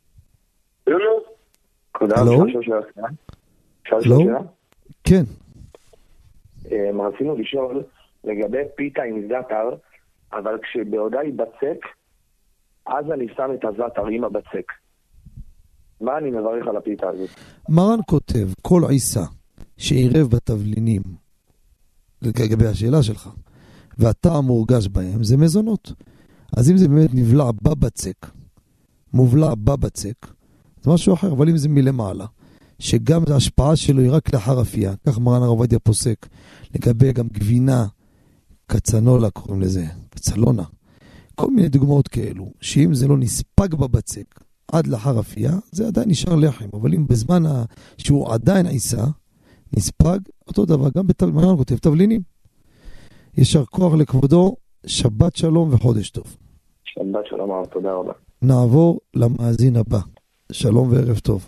הלו? הלו? כן. רצינו לשאול לגבי פיתה עם זאטר, אבל כשבעודה היא בצק, אז אני שם את הזאטר עם הבצק. מה אני מברך על הפיתה הזאת? מרן כותב, כל עיסה שעירב בתבלינים, לגבי השאלה שלך, והטעם מורגש בהם, זה מזונות. אז אם זה באמת נבלע בבצק, מובלע בבצק, זה משהו אחר, אבל אם זה מלמעלה, שגם ההשפעה שלו היא רק לאחר אפייה, כך מרן הרב עובדיה פוסק, לגבי גם גבינה, קצנולה קוראים לזה, קצלונה, כל מיני דוגמאות כאלו, שאם זה לא נספג בבצק, עד לאחר אפייה, זה עדיין נשאר לחם, אבל אם בזמן ה... שהוא עדיין עיסה, נספג, אותו דבר, גם בתבלינים, כותב תבלינים. ישר כוח לכבודו, שבת שלום וחודש טוב. שבת שלום, הרב, תודה רבה. נעבור למאזין הבא. שלום וערב טוב.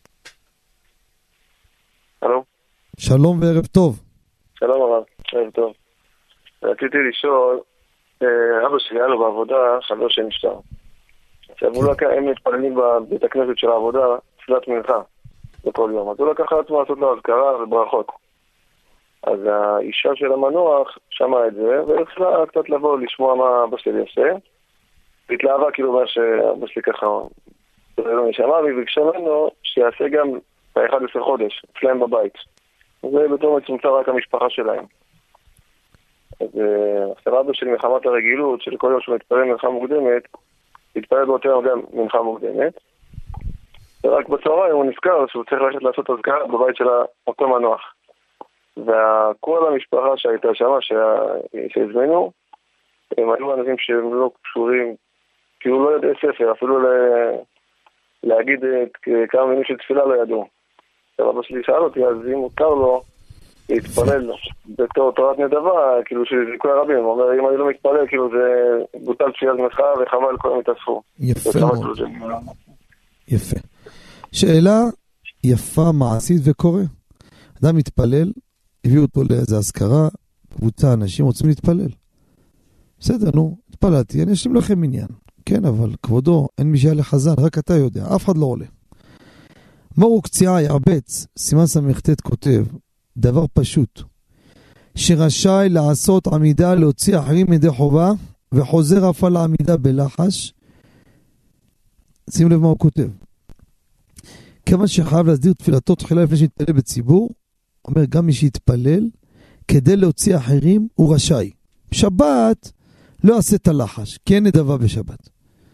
הלו? שלום וערב טוב. שלום הרב, ערב טוב. רציתי לשאול, אבא שלי היה לו בעבודה חבר שנפטר. עכשיו הוא לקח, הם מתפללים בבית הכנסת של העבודה, תפילת מנחה, בכל יום. אז הוא לקח לעצמו לעשות לו אזכרה וברכות. אז האישה של המנוח שמעה את זה, והתחילה קצת לבוא לשמוע מה אבא שלי עושה. והתלהבה כאילו מה שאבא שלי ככה לא נשמע, והיא ביקשה ממנו שיעשה גם ב-אחד עשר חודש, אצלהם בבית. זה בתור מצומצם רק המשפחה שלהם. אז עכשיו אבא שלי מחמת הרגילות, של כל יום שהוא מתפלל מנחה מוקדמת, התפלל באותו יום גם מנחה מוקדמת. ורק בצהריים הוא נזכר שהוא צריך ללכת לעשות אזכרה בבית של המקום הנוח. וכל המשפחה שהייתה שם, שהזמנו, הם היו אנשים שהם לא קשורים, כי הוא לא ידע ספר, אפילו להגיד כמה מילים של תפילה לא ידעו. אבא שלי שאל אותי, אז אם מותר לו להתפלל בתור תורת נדבה, כאילו שזה כל הרבים, הוא אומר, אם אני לא מתפלל, כאילו זה בוטל תפילת מנחה וחבל כל המתאספו. יפה מאוד. יפה. שאלה יפה, מעשית וקורא. אדם מתפלל, הביאו אותו לאיזו הזכרה, קבוצה אנשים רוצים להתפלל. בסדר, נו, התפללתי, אני אשלים לכם עניין. כן, אבל כבודו, אין מי שהיה לחזן, רק אתה יודע, אף אחד לא עולה. מורוק ציעה יעבץ, סימן סמכתת כותב, דבר פשוט, שרשאי לעשות עמידה להוציא אחרים מדי חובה, וחוזר אף על העמידה בלחש. שים לב מה הוא כותב. כיוון שחייב להסדיר תפילתו תחילה לפני שיתפלל בציבור, אומר גם מי שיתפלל, כדי להוציא אחרים הוא רשאי. בשבת לא עשה את הלחש, כי אין נדבה בשבת.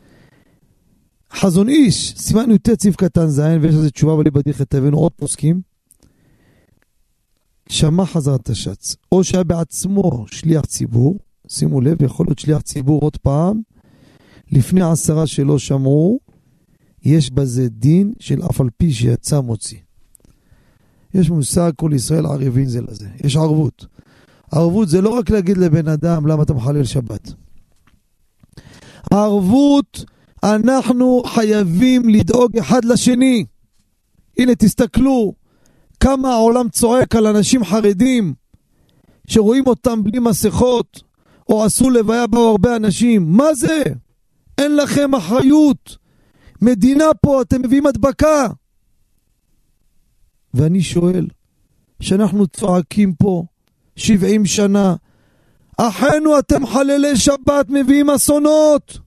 חזון איש, סימן יותר ציב קטן זין, ויש לזה תשובה ולי בדיח כתבנו עוד פוסקים, שמע חזרת השץ, או שהיה בעצמו שליח ציבור, שימו לב, יכול להיות שליח ציבור עוד פעם, לפני עשרה שלא שמעו, יש בזה דין של אף על פי שיצא מוציא. יש מושג כל ישראל ערבים זה לזה, יש ערבות. ערבות זה לא רק להגיד לבן אדם למה אתה מחלל שבת. ערבות, אנחנו חייבים לדאוג אחד לשני. הנה תסתכלו כמה העולם צועק על אנשים חרדים שרואים אותם בלי מסכות או עשו לוויה באו הרבה אנשים. מה זה? אין לכם אחריות. מדינה פה, אתם מביאים הדבקה. ואני שואל, שאנחנו צועקים פה שבעים שנה, אחינו אתם חללי שבת מביאים אסונות.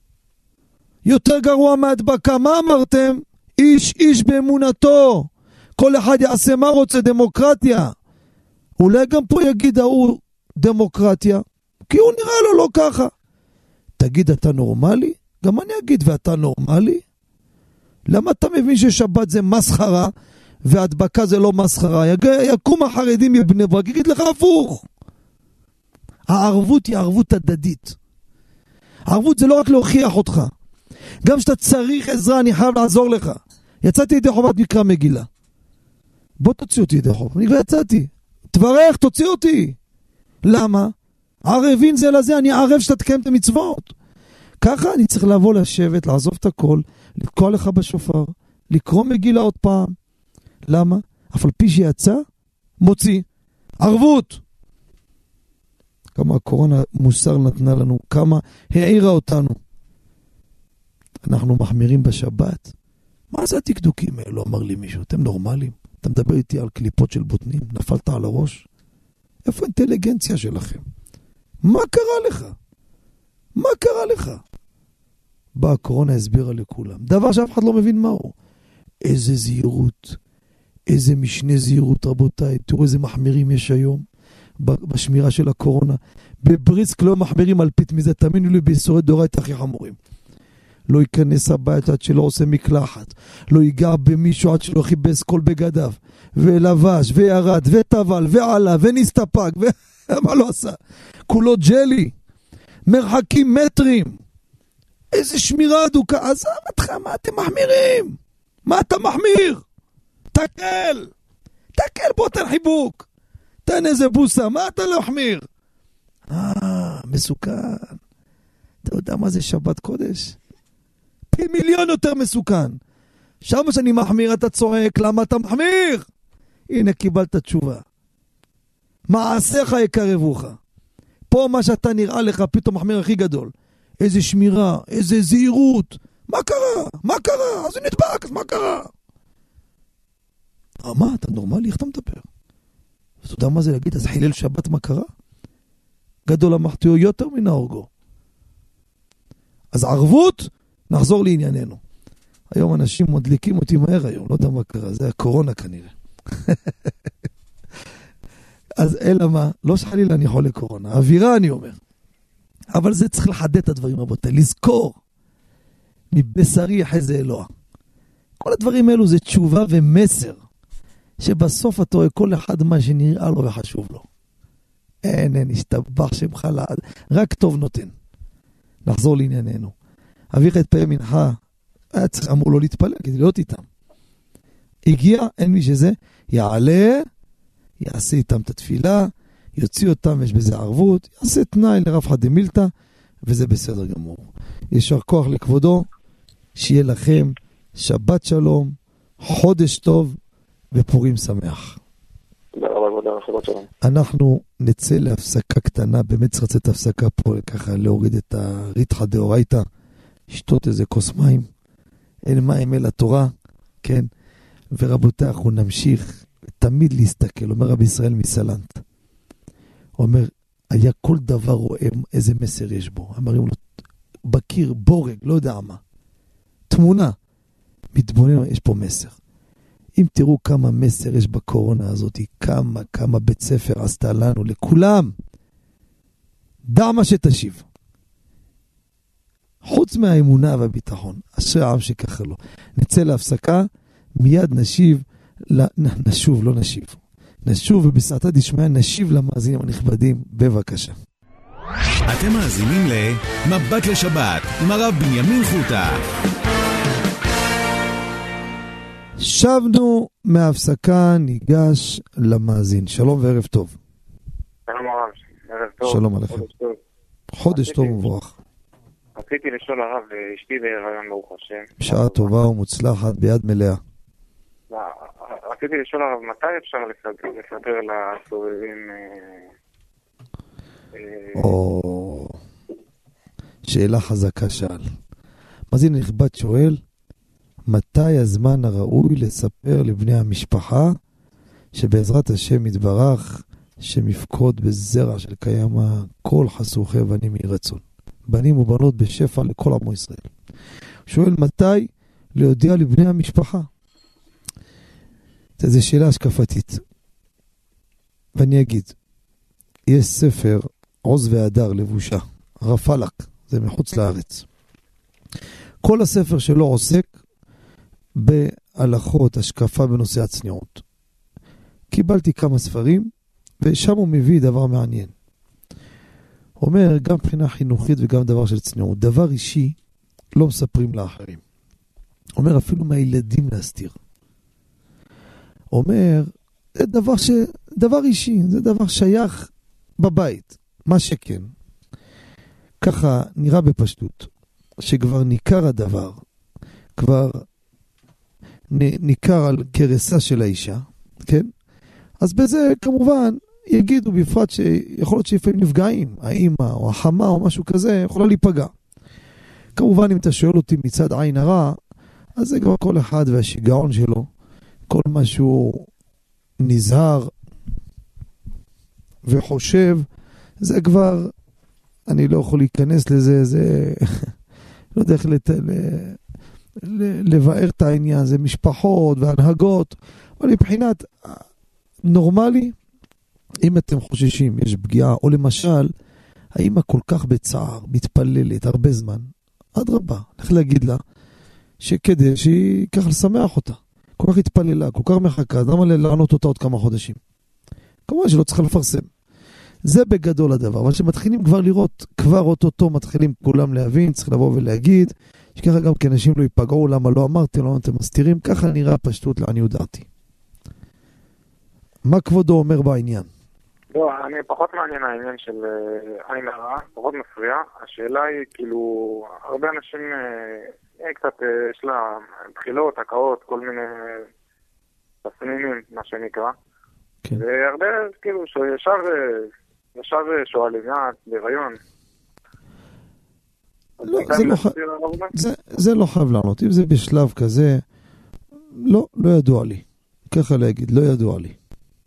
יותר גרוע מהדבקה. מה אמרתם? איש איש באמונתו. כל אחד יעשה מה רוצה, דמוקרטיה. אולי גם פה יגיד ההוא דמוקרטיה, כי הוא נראה לו לא ככה. תגיד אתה נורמלי? גם אני אגיד ואתה נורמלי? למה אתה מבין ששבת זה מסחרה והדבקה זה לא מסחרה? יקום החרדים מבני ברק, יגיד לך הפוך. הערבות היא ערבות הדדית. הערבות זה לא רק להוכיח אותך. גם שאתה צריך עזרה, אני חייב לעזור לך. יצאתי ידי חובת מקרא מגילה. בוא תוציא אותי ידי חובת. אני כבר יצאתי. תברך, תוציא אותי. למה? ערבים זה לזה, אני ערב שאתה תקיים את המצוות. ככה אני צריך לבוא לשבת, לעזוב את הכל, לתקוע לך בשופר, לקרוא מגילה עוד פעם. למה? אף על פי שיצא, מוציא. ערבות. כמה הקורונה מוסר נתנה לנו, כמה העירה אותנו. אנחנו מחמירים בשבת. מה זה התקדוקים האלו? אמר לי מישהו, אתם נורמלים? אתה מדבר איתי על קליפות של בוטנים? נפלת על הראש? איפה האינטליגנציה שלכם? מה קרה לך? מה קרה לך? באה הקורונה הסבירה לכולם. דבר שאף אחד לא מבין מהו. איזה זהירות. איזה משנה זהירות, רבותיי. תראו איזה מחמירים יש היום בשמירה של הקורונה. בבריסק לא מחמירים על פית מזה. תאמינו לי, בישורי דורית הכי חמורים. לא ייכנס הבית עד שלא עושה מקלחת. לא ייגע במישהו עד שלא חיבס כל בגדיו. ולבש, וירד, וטבל, ועלה, ונסתפק. ומה לא עשה? כולו ג'לי. מרחקים מטרים. איזה שמירה אדוקה. עזב אותך, מה אתם מחמירים? מה אתה מחמיר? תקל. תקל, בוא תן חיבוק. תן איזה בוסה, מה אתה לא מחמיר? אה, מסוכן. אתה יודע מה זה שבת קודש? פי מיליון יותר מסוכן. שם שאני מחמיר אתה צועק, למה אתה מחמיר? הנה קיבלת תשובה. מעשיך יקרבוך. פה מה שאתה נראה לך פתאום מחמיר הכי גדול. איזה שמירה, איזה זהירות. מה קרה? מה קרה? אז הוא נדבק, אז מה קרה? אה, מה? אתה נורמלי? איך אתה מדבר? אתה יודע מה זה להגיד? אז חילל שבת מה קרה? גדול המחטיאו יותר מן ההורגו. אז ערבות, נחזור לענייננו. היום אנשים מדליקים אותי מהר היום, לא יודע מה קרה, זה הקורונה כנראה. אז אלא מה? לא שחלילה אני חולה קורונה, אווירה אני אומר. אבל זה צריך לחדד את הדברים רבותיי, לזכור מבשרי חזה אלוה. כל הדברים האלו זה תשובה ומסר, שבסוף אתה רואה כל אחד מה שנראה לו וחשוב לו. אין, אין, השתבח שמך לעד, רק טוב נותן. נחזור לענייננו. אביך את פעם מנחה, היה צריך, אמור לא להתפלל, כדי להיות איתם. הגיע, אין מי שזה, יעלה, יעשה איתם את התפילה, יוציא אותם, יש בזה ערבות, יעשה תנאי לרב חד דמילתא, וזה בסדר גמור. ישר כוח לכבודו, שיהיה לכם שבת שלום, חודש טוב ופורים שמח. תודה רבה, כבוד הרב, שבת שלום. אנחנו נצא להפסקה קטנה, באמת צריך לצאת הפסקה פה, ככה להוריד את הריתחא דאורייתא, לשתות איזה כוס מים, אין מים אל התורה, כן? ורבותיי, אנחנו נמשיך תמיד להסתכל, אומר רבי ישראל מסלנט, אומר, היה כל דבר רואה איזה מסר יש בו, אמרים לו, בקיר, בורג, לא יודע מה, תמונה, מתבונן, יש פה מסר. אם תראו כמה מסר יש בקורונה הזאת, כמה, כמה בית ספר עשתה לנו, לכולם, דע מה שתשיב. חוץ מהאמונה והביטחון, אשרי העם שככה לו. נצא להפסקה, מיד נשיב, נשוב, לא נשיב. נשוב ובסעתא דשמיא נשיב למאזינים הנכבדים, בבקשה. אתם מאזינים למבט לשבת עם הרב בנימין חוטה. שבנו מההפסקה, ניגש למאזין. שלום וערב טוב. שלום הרב, ערב טוב. שלום עליכם. חודש טוב. חודש טוב ומבורך. רציתי לשאול הרב, אשתי בהיריון ברוך השם. בשעה טובה ומוצלחת ביד מלאה. רציתי לשאול הרב, מתי אפשר לספר לסובבים? או, שאלה חזקה שאל. מאזין נכבד שואל, מתי הזמן הראוי לספר לבני המשפחה שבעזרת השם יתברך שמפקוד בזרע של קיימה כל חסוכי בנים מרצון, בנים ובנות בשפע לכל עמו ישראל. שואל מתי להודיע לבני המשפחה. זו שאלה השקפתית, ואני אגיד, יש ספר עוז והדר לבושה, רפלק, זה מחוץ לארץ. כל הספר שלו עוסק בהלכות, השקפה בנושא הצניעות. קיבלתי כמה ספרים, ושם הוא מביא דבר מעניין. הוא אומר, גם מבחינה חינוכית וגם דבר של צניעות. דבר אישי לא מספרים לאחרים. הוא אומר, אפילו מהילדים להסתיר. הוא אומר, זה דבר, ש... דבר אישי, זה דבר שייך בבית. מה שכן, ככה נראה בפשטות, שכבר ניכר הדבר, כבר ניכר על קרסה של האישה, כן? אז בזה כמובן יגידו בפרט שיכול להיות שלפעמים נפגעים, האמא או החמה או משהו כזה יכולה להיפגע. כמובן אם אתה שואל אותי מצד עין הרע, אז זה כבר כל אחד והשיגעון שלו, כל מה שהוא נזהר וחושב, זה כבר, אני לא יכול להיכנס לזה, זה לא יודע איך לת... לבאר את העניין, זה משפחות והנהגות, אבל מבחינת נורמלי, אם אתם חוששים, יש פגיעה, או למשל, האמא כל כך בצער, מתפללת הרבה זמן, עד רבה, איך להגיד לה, שכדי שהיא ככה לשמח אותה, כל כך התפללה, כל כך מחכה, אז למה לענות אותה עוד כמה חודשים? כמובן שלא צריך לפרסם. זה בגדול הדבר, אבל שמתחילים כבר לראות, כבר אותו מתחילים כולם להבין, צריך לבוא ולהגיד, שככה גם כאנשים לא ייפגעו, למה לא אמרתי, למה אתם מסתירים, ככה נראה פשטות לעניות דעתי. מה כבודו אומר בעניין? לא, אני פחות מעניין העניין של עין הרע, פחות מפריע. השאלה היא, כאילו, הרבה אנשים, אה, קצת, אה, יש לה בחילות, הקאות, כל מיני תסמינים, מה שנקרא. כן. והרבה, כאילו, שישר, ישר שואלים, אה, בהיריון. לא, זה, לא ח... זה, זה לא חייב לענות. אם זה בשלב כזה, לא, לא ידוע לי. ככה להגיד, לא ידוע לי.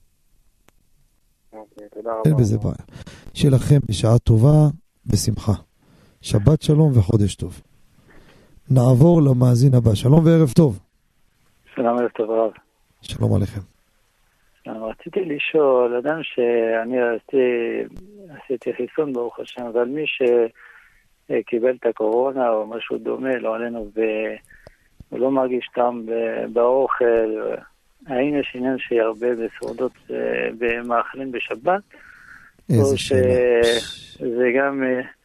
אין בזה בעיה. שיהיה לכם בשעה טובה, בשמחה. שבת שלום וחודש טוב. נעבור למאזין הבא. שלום וערב טוב. שלום ערב טוב רב. שלום עליכם. רציתי לשאול, אדם שאני עשיתי חיסון ברוך השם, אבל מי שקיבל את הקורונה או משהו דומה, לא עלינו, הוא לא מרגיש טעם באוכל. האם יש עניין שירבה בסעודות במאכלים בשבת? איזה שאלה. זה גם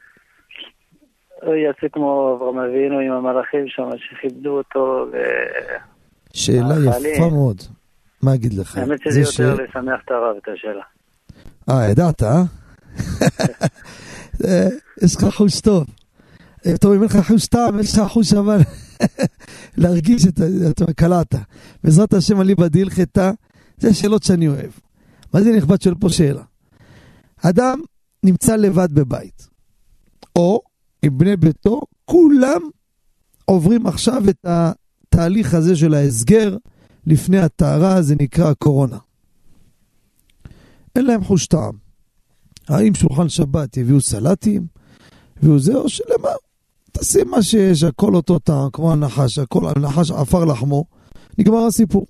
יצא כמו אברהם אבינו עם המלאכים שם שכיבדו אותו. שאלה יפה מאוד. מה אגיד לך? האמת שזה יותר לשמח את הרב את השאלה. אה, ידעת, אה? יש לך חוש טוב. טוב, אם אין לך חוש טעם, יש לך חוש אבל להרגיש את הקלעת. בעזרת השם עלי בדיל חטא, זה שאלות שאני אוהב. מה זה נכבד שואל פה שאלה? אדם נמצא לבד בבית, או עם בני ביתו, כולם עוברים עכשיו את התהליך הזה של ההסגר לפני הטהרה, זה נקרא הקורונה. אין להם חוש טעם. האם שולחן שבת יביאו סלטים, ויהיו זה או שלמה? תשים מה שיש, הכל אותו טעם, כמו הנחש, הכל הנחש עפר לחמו, נגמר הסיפור.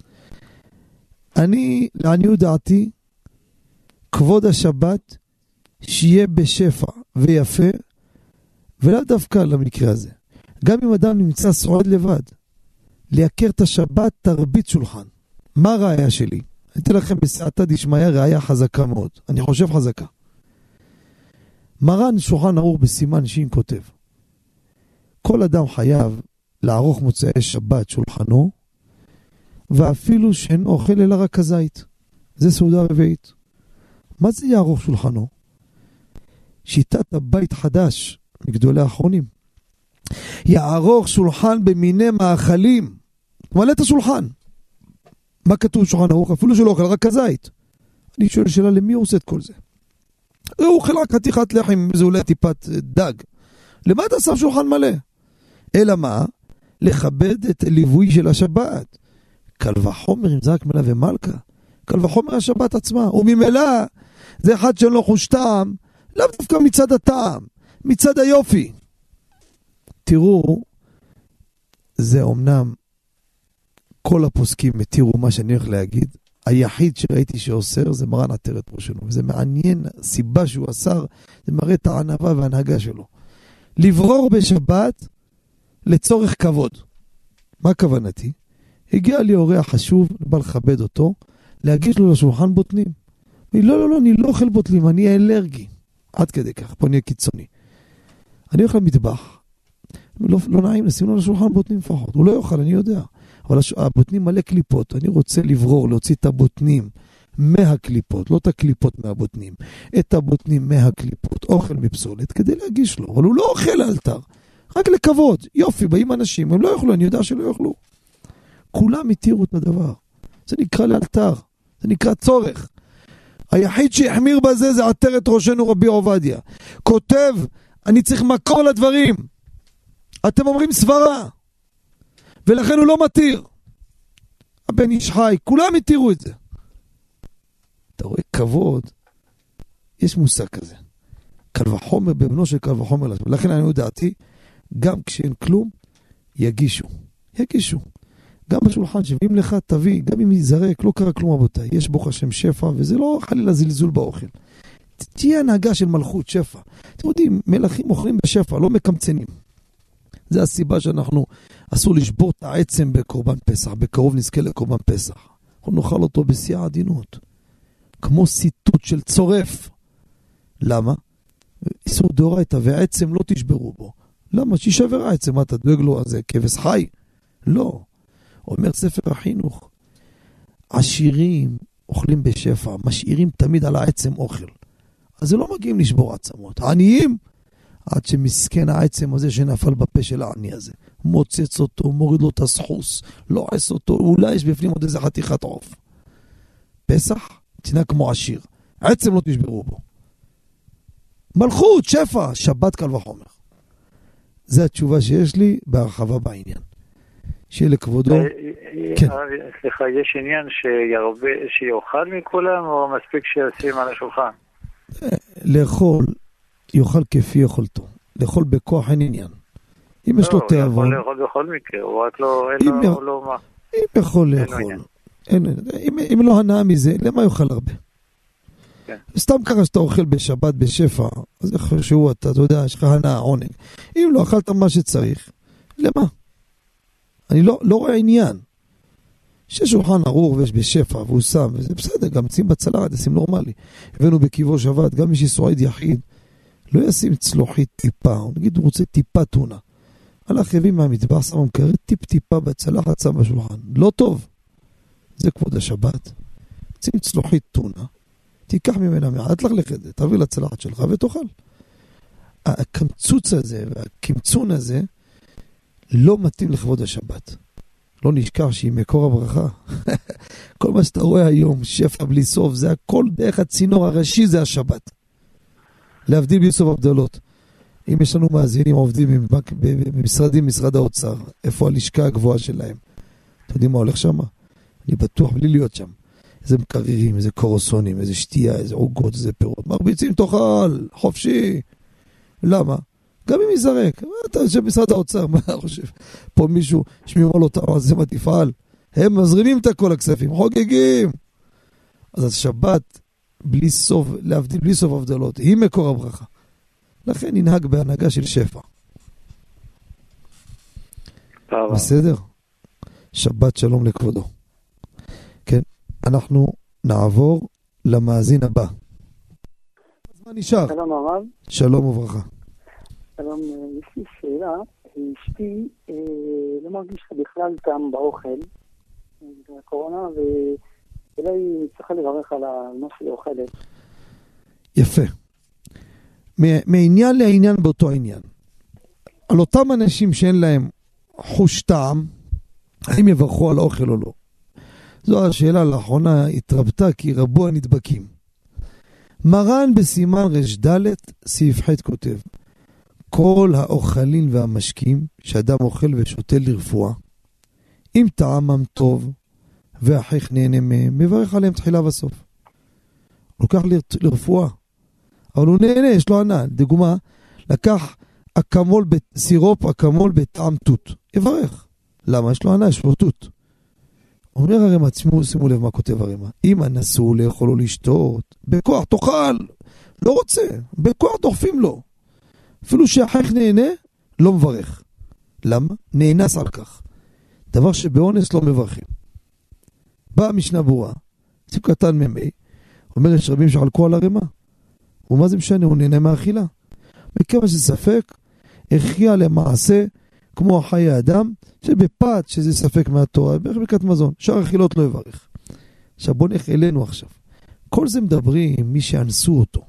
אני, לעניות דעתי, כבוד השבת, שיהיה בשפע ויפה, ולא דווקא למקרה הזה. גם אם אדם נמצא סועד לבד, לייקר את השבת, תרבית שולחן. מה הראיה שלי? אני אתן לכם בסעתא דשמיא ראיה חזקה מאוד. אני חושב חזקה. מרן שולחן ערוך בסימן שין כותב, כל אדם חייב לערוך מוצאי שבת שולחנו, ואפילו שאין אוכל אלא רק הזית. זה סעודה רביעית. מה זה יערוך שולחנו? שיטת הבית חדש, מגדולי האחרונים. יערוך שולחן במיני מאכלים. מלא את השולחן. מה כתוב שולחן ערוך? אפילו שלא אוכל רק הזית. אני שואל שאלה, למי הוא עושה את כל זה? הוא אוכל רק חתיכת לחם, זה אולי טיפת דג. למה אתה שם שולחן מלא? אלא מה? לכבד את ליווי של השבת. קל וחומר אם זה רק מלא ומלכה. קל וחומר השבת עצמה. וממילא זה אחד שלא חוש טעם, לאו דווקא מצד הטעם, מצד היופי. תראו, זה אומנם כל הפוסקים מתירו מה שאני הולך להגיד. היחיד שראיתי שאוסר זה מרן עטרת ראשנו. וזה מעניין, סיבה שהוא אסר, זה מראה את הענווה וההנהגה שלו. לברור בשבת לצורך כבוד. מה כוונתי? הגיע לי אורח חשוב, בא לכבד אותו, להגיש לו לשולחן בוטנים. לא, לא, לא, אני לא אוכל בוטנים, אני אלרגי. עד כדי כך, פה נהיה קיצוני. אני אוכל מטבח. לא, לא נעים, נשים לו לשולחן בוטנים לפחות. הוא לא יאכל, אני יודע. אבל הבוטנים מלא קליפות. אני רוצה לברור, להוציא את הבוטנים מהקליפות, לא את הקליפות מהבוטנים, את הבוטנים מהקליפות, אוכל מפסולת, כדי להגיש לו. אבל הוא לא אוכל לאלתר. רק לכבוד. יופי, באים אנשים, הם לא יאכלו, אני יודע שלא יאכלו. כולם התירו את הדבר. זה נקרא לאלתר. זה נקרא צורך. היחיד שהחמיר בזה זה עטרת ראשנו רבי עובדיה. כותב, אני צריך מקור לדברים. אתם אומרים סברה. ולכן הוא לא מתיר. הבן איש חי, כולם התירו את זה. אתה רואה כבוד, יש מושג כזה. קל וחומר בבנו של קל וחומר. ולכן אני יודעתי, גם כשאין כלום, יגישו. יגישו. גם בשולחן שווים לך, תביא, גם אם יזרק, לא קרה כלום רבותיי. יש בו חשם שפע, וזה לא חלילה זלזול באוכל. תהיה הנהגה של מלכות שפע. אתם יודעים, מלכים אוכלים בשפע, לא מקמצנים. זה הסיבה שאנחנו אסור לשבור את העצם בקורבן פסח. בקרוב נזכה לקורבן פסח. אנחנו נאכל אותו בשיא העדינות. כמו סיטוט של צורף. למה? איסור דאורייתא, והעצם לא תשברו בו. למה? שישבר העצם, מה אתה דואג לו? זה כבש חי? לא. אומר ספר החינוך, עשירים אוכלים בשפע, משאירים תמיד על העצם אוכל. אז זה לא מגיעים לשבור עצמות. עניים, עד שמסכן העצם הזה שנפל בפה של העני הזה. מוצץ אותו, מוריד לו את הסחוס, לועס אותו, אולי יש בפנים עוד איזה חתיכת עוף. פסח, תנהג כמו עשיר. עצם לא תשברו בו. מלכות, שפע, שבת קל וחומר. זו התשובה שיש לי בהרחבה בעניין. שיהיה לכבודו. כן. סליחה, יש עניין שיאכל מכולם או מספיק שישים על השולחן? לאכול, יאכל כפי יכולתו. לאכול בכוח אין עניין. אם יש לו תיאבון. הוא יכול לאכול בכל מקרה, הוא רק לא, אין לו מה. אם יכול לאכול. אם לא הנאה מזה, למה יאכל הרבה? סתם ככה שאתה אוכל בשבת בשפע, אז איכשהו אתה, אתה יודע, יש לך הנאה, עונג. אם לא אכלת מה שצריך, למה? אני לא, לא רואה עניין. ששולחן ארוך ויש בשפע והוא שם, וזה בסדר, גם שים בצלחת, שים נורמלי. הבאנו בקיבו שבת, גם מי שסועד יחיד, לא ישים צלוחית טיפה, הוא נגיד הוא רוצה טיפה טונה. הלך הביא מהמטבח, שם מקרר טיפ טיפה בצלחת, שם בשולחן. לא טוב. זה כבוד השבת. שים צלוחית טונה, תיקח ממנה מעט לך לחדת, תביא לצלחת שלך ותאכל. הקמצוץ הזה והקמצון הזה לא מתאים לכבוד השבת. לא נשכח שהיא מקור הברכה. כל מה שאתה רואה היום, שפע בלי סוף, זה הכל דרך הצינור הראשי, זה השבת. להבדיל בלי סוף הבדלות. אם יש לנו מאזינים עובדים במשרדים, משרד האוצר, איפה הלשכה הגבוהה שלהם? אתה יודעים מה הולך שם? אני בטוח בלי להיות שם. איזה מקררים, איזה קורסונים, איזה שתייה, איזה עוגות, איזה פירות. מרביצים תאכל, חופשי. למה? גם אם יזרק. אתה יושב במשרד האוצר, מה אתה חושב? פה מישהו שמימר לו אותם, זה מה תפעל. הם מזרימים את כל הכספים, חוגגים. אז השבת, בלי סוף, להבדיל בלי סוף הבדלות, היא מקור הברכה. לכן ננהג בהנהגה של שפע. בסדר? שבת שלום לכבודו. כן, אנחנו נעבור למאזין הבא. אז מה נשאר? שלום הרב. שלום וברכה. שלום, יש לי שאלה. אשתי אה, לא מרגיש בכלל טעם באוכל, זה הקורונה, ואולי היא צריכה לברך על מה שהיא אוכלת. יפה. מעניין לעניין באותו עניין. על אותם אנשים שאין להם חוש טעם, האם יברכו על אוכל או לא? זו השאלה לאחרונה התרבתה כי רבו הנדבקים. מרן בסימן רש ד' סעיף ח' כותב, כל האוכלים והמשקים שאדם אוכל ושותה לרפואה, אם טעמם טוב והחיך נהנה מהם, מברך עליהם תחילה וסוף. הוא לוקח לרפואה, אבל הוא נהנה, יש לו ענה. דוגמה, לקח אקמול, סירופ אקמול בטעם תות. יברך. למה? יש לו ענה, יש לו תות. אומר הרמ"א, שימו, שימו לב מה כותב הרמ"א. אם אנסו לאכול או לשתות, בכוח תאכל. לא רוצה. בכוח דוחפים לו. אפילו שהחייך נהנה, לא מברך. למה? נאנס על כך. דבר שבאונס לא מברכים. באה משנה ברורה, סיפור קטן ממי, אומר יש רבים שחלקו על הרמ"א. ומה זה משנה? הוא נהנה מהאכילה. מכיוון שספק, הכריע למעשה כמו חיי האדם, שבפת שזה ספק מהתורה, בערך ברכת מזון, שאר אכילות לא יברך. עכשיו בוא נלך אלינו עכשיו. כל זה מדברים מי שאנסו אותו.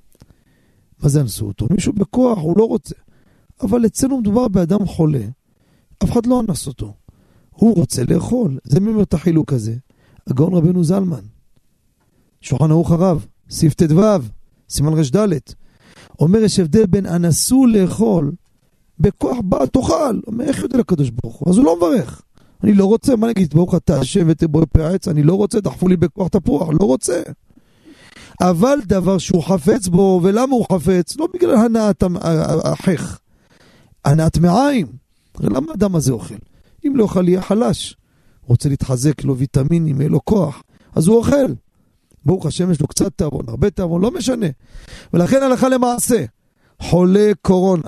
מה זה אנסו אותו? מישהו בכוח, הוא לא רוצה. אבל אצלנו מדובר באדם חולה. אף אחד לא אנס אותו. הוא רוצה לאכול. זה מי אומר את החילוק הזה? הגאון רבנו זלמן. שולחן ערוך הרב, סעיף ט"ו, סימן רש ד'. אומר יש הבדל בין אנסו לאכול, בכוח בא תאכל. אומר איך יודע לקדוש ברוך הוא? אז הוא לא מברך. אני לא רוצה, מה נגיד? ברוך אתה השם ותבוא פרץ, אני לא רוצה, דחפו לי בכוח תפוח, לא רוצה. אבל דבר שהוא חפץ בו, ולמה הוא חפץ? לא בגלל הנעת החך. הנעת מעיים. הרי למה האדם הזה אוכל? אם לא אוכל יהיה חלש. רוצה להתחזק לו ויטמינים, יהיה לו כוח. אז הוא אוכל. ברוך השם יש לו קצת תאבון, הרבה תאבון, לא משנה. ולכן הלכה למעשה, חולה קורונה,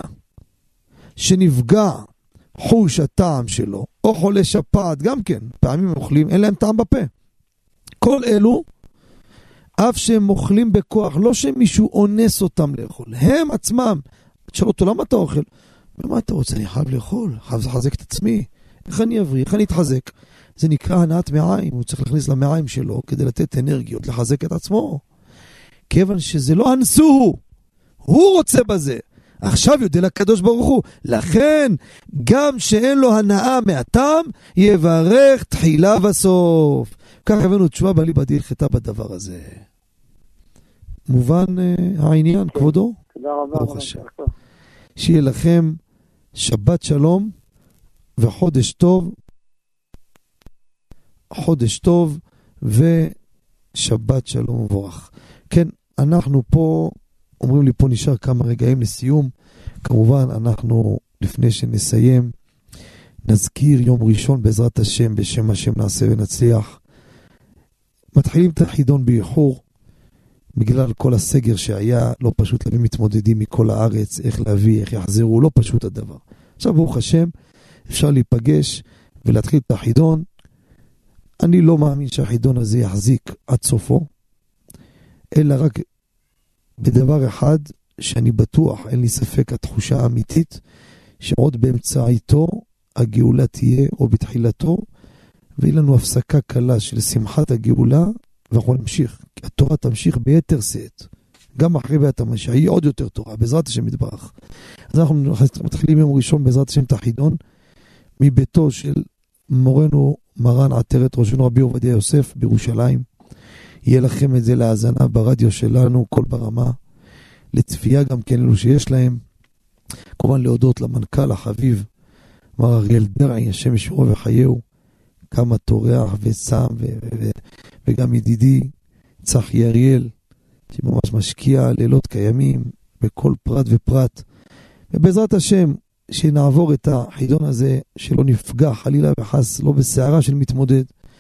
שנפגע חוש הטעם שלו, או חולה שפעת, גם כן, פעמים הם אוכלים, אין להם טעם בפה. כל אלו, אף שהם אוכלים בכוח, לא שמישהו אונס אותם לאכול, הם עצמם, תשאל אותו, למה אתה אוכל? ומה אתה רוצה? אני חייב לאכול, חייב לחזק את עצמי, איך אני אבריא, איך אני אתחזק? זה נקרא הנעת מעיים, הוא צריך להכניס למעיים שלו, כדי לתת אנרגיות, לחזק את עצמו. כיוון שזה לא אנסו, הוא רוצה בזה. עכשיו יודע לקדוש ברוך הוא, לכן גם שאין לו הנאה מהטעם, יברך תחילה וסוף. כך הבאנו תשובה בעלי בדי הלכתה בדבר הזה. מובן uh, העניין, כבודו? תודה רבה. ברוך השם. שיהיה לכם שבת שלום וחודש טוב, חודש טוב ושבת שלום וברך. כן, אנחנו פה, אומרים לי פה נשאר כמה רגעים לסיום. כמובן אנחנו לפני שנסיים נזכיר יום ראשון בעזרת השם, בשם השם נעשה ונצליח. מתחילים את החידון באיחור בגלל כל הסגר שהיה, לא פשוט להביא מתמודדים מכל הארץ, איך להביא, איך יחזרו, לא פשוט הדבר. עכשיו ברוך השם אפשר להיפגש ולהתחיל את החידון. אני לא מאמין שהחידון הזה יחזיק עד סופו, אלא רק בדבר אחד שאני בטוח, אין לי ספק, התחושה האמיתית, שעוד באמצעיתו הגאולה תהיה, או בתחילתו, ויהיה לנו הפסקה קלה של שמחת הגאולה, ואנחנו נמשיך. התורה תמשיך ביתר שאת, גם אחרי ביאת המשיח, היא עוד יותר תורה, בעזרת השם יתברך. אז אנחנו מתחילים יום ראשון בעזרת השם את החידון, מביתו של מורנו מרן עטרת ראשנו רבי עובדיה יוסף בירושלים. יהיה לכם את זה להאזנה ברדיו שלנו, כל ברמה, לצפייה גם כן אלו שיש להם. כמובן להודות למנכ"ל החביב, מר אריאל דרעי, השם ישמרו וחייהו, כמה תורח וסם, ו- ו- ו- וגם ידידי צחי אריאל, שממש משקיע לילות קיימים בכל פרט ופרט. ובעזרת השם, שנעבור את החידון הזה, שלא נפגע חלילה וחס, לא בסערה של מתמודד,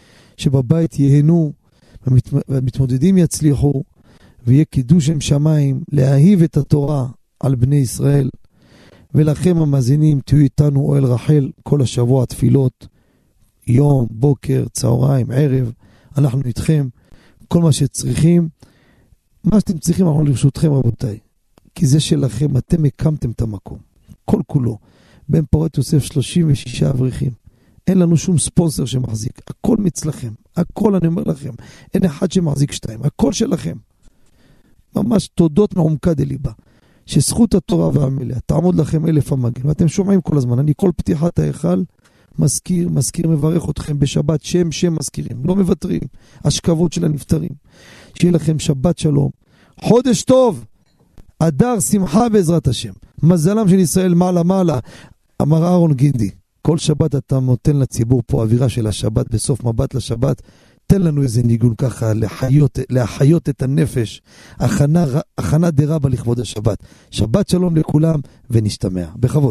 שבבית יהנו, והמתמודדים יצליחו, ויהיה קידוש שם שמיים, להאהיב את התורה על בני ישראל. ולכם המאזינים, תהיו איתנו אוהל רחל כל השבוע, תפילות, יום, בוקר, צהריים, ערב, אנחנו איתכם, כל מה שצריכים, מה שאתם צריכים אנחנו לרשותכם רבותיי, כי זה שלכם, אתם הקמתם את המקום, כל כולו, בן פורת יוסף שלושים ושישה אברכים, אין לנו שום ספונסר שמחזיק, הכל מצלכם, הכל אני אומר לכם, אין אחד שמחזיק שתיים, הכל שלכם, ממש תודות מעומקה דליבה, שזכות התורה והמלאה, תעמוד לכם אלף המגן, ואתם שומעים כל הזמן, אני כל פתיחת ההיכל, מזכיר, מזכיר, מברך אתכם בשבת, שם שם מזכירים, לא מבטרים, השכבות של הנפטרים, שיהיה לכם שבת שלום, חודש טוב, אדר שמחה בעזרת השם, מזלם של ישראל מעלה מעלה, אמר אהרון גינדי, כל שבת אתה נותן לציבור פה אווירה של השבת, בסוף מבט לשבת, תן לנו איזה ניגון ככה, לחיות, להחיות את הנפש, הכנה, הכנה דרבה לכבוד השבת, שבת שלום לכולם ונשתמע, בכבוד.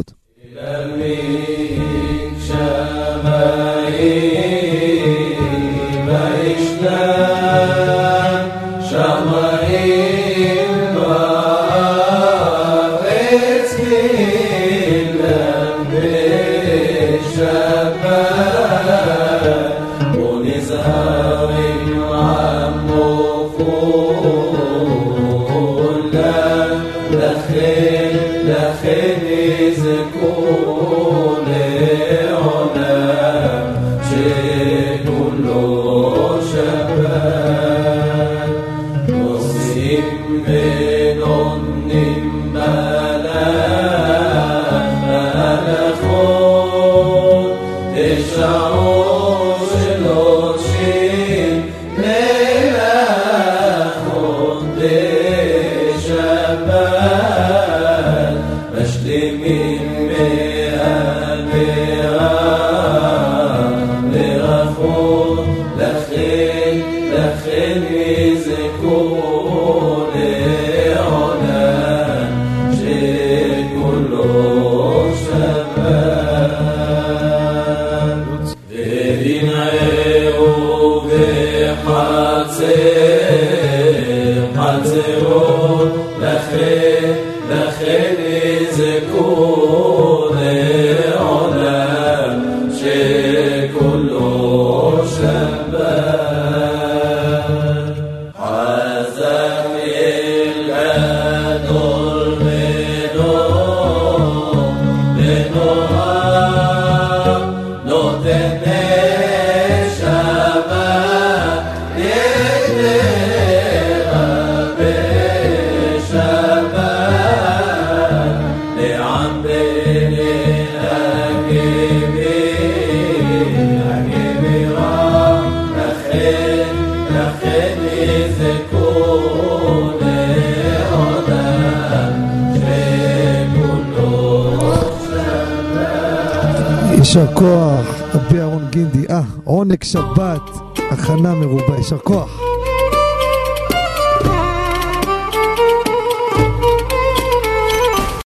יישר כוח, רבי אהרון גינדי, אה, עונג שבת, הכנה מרובה, יישר כוח.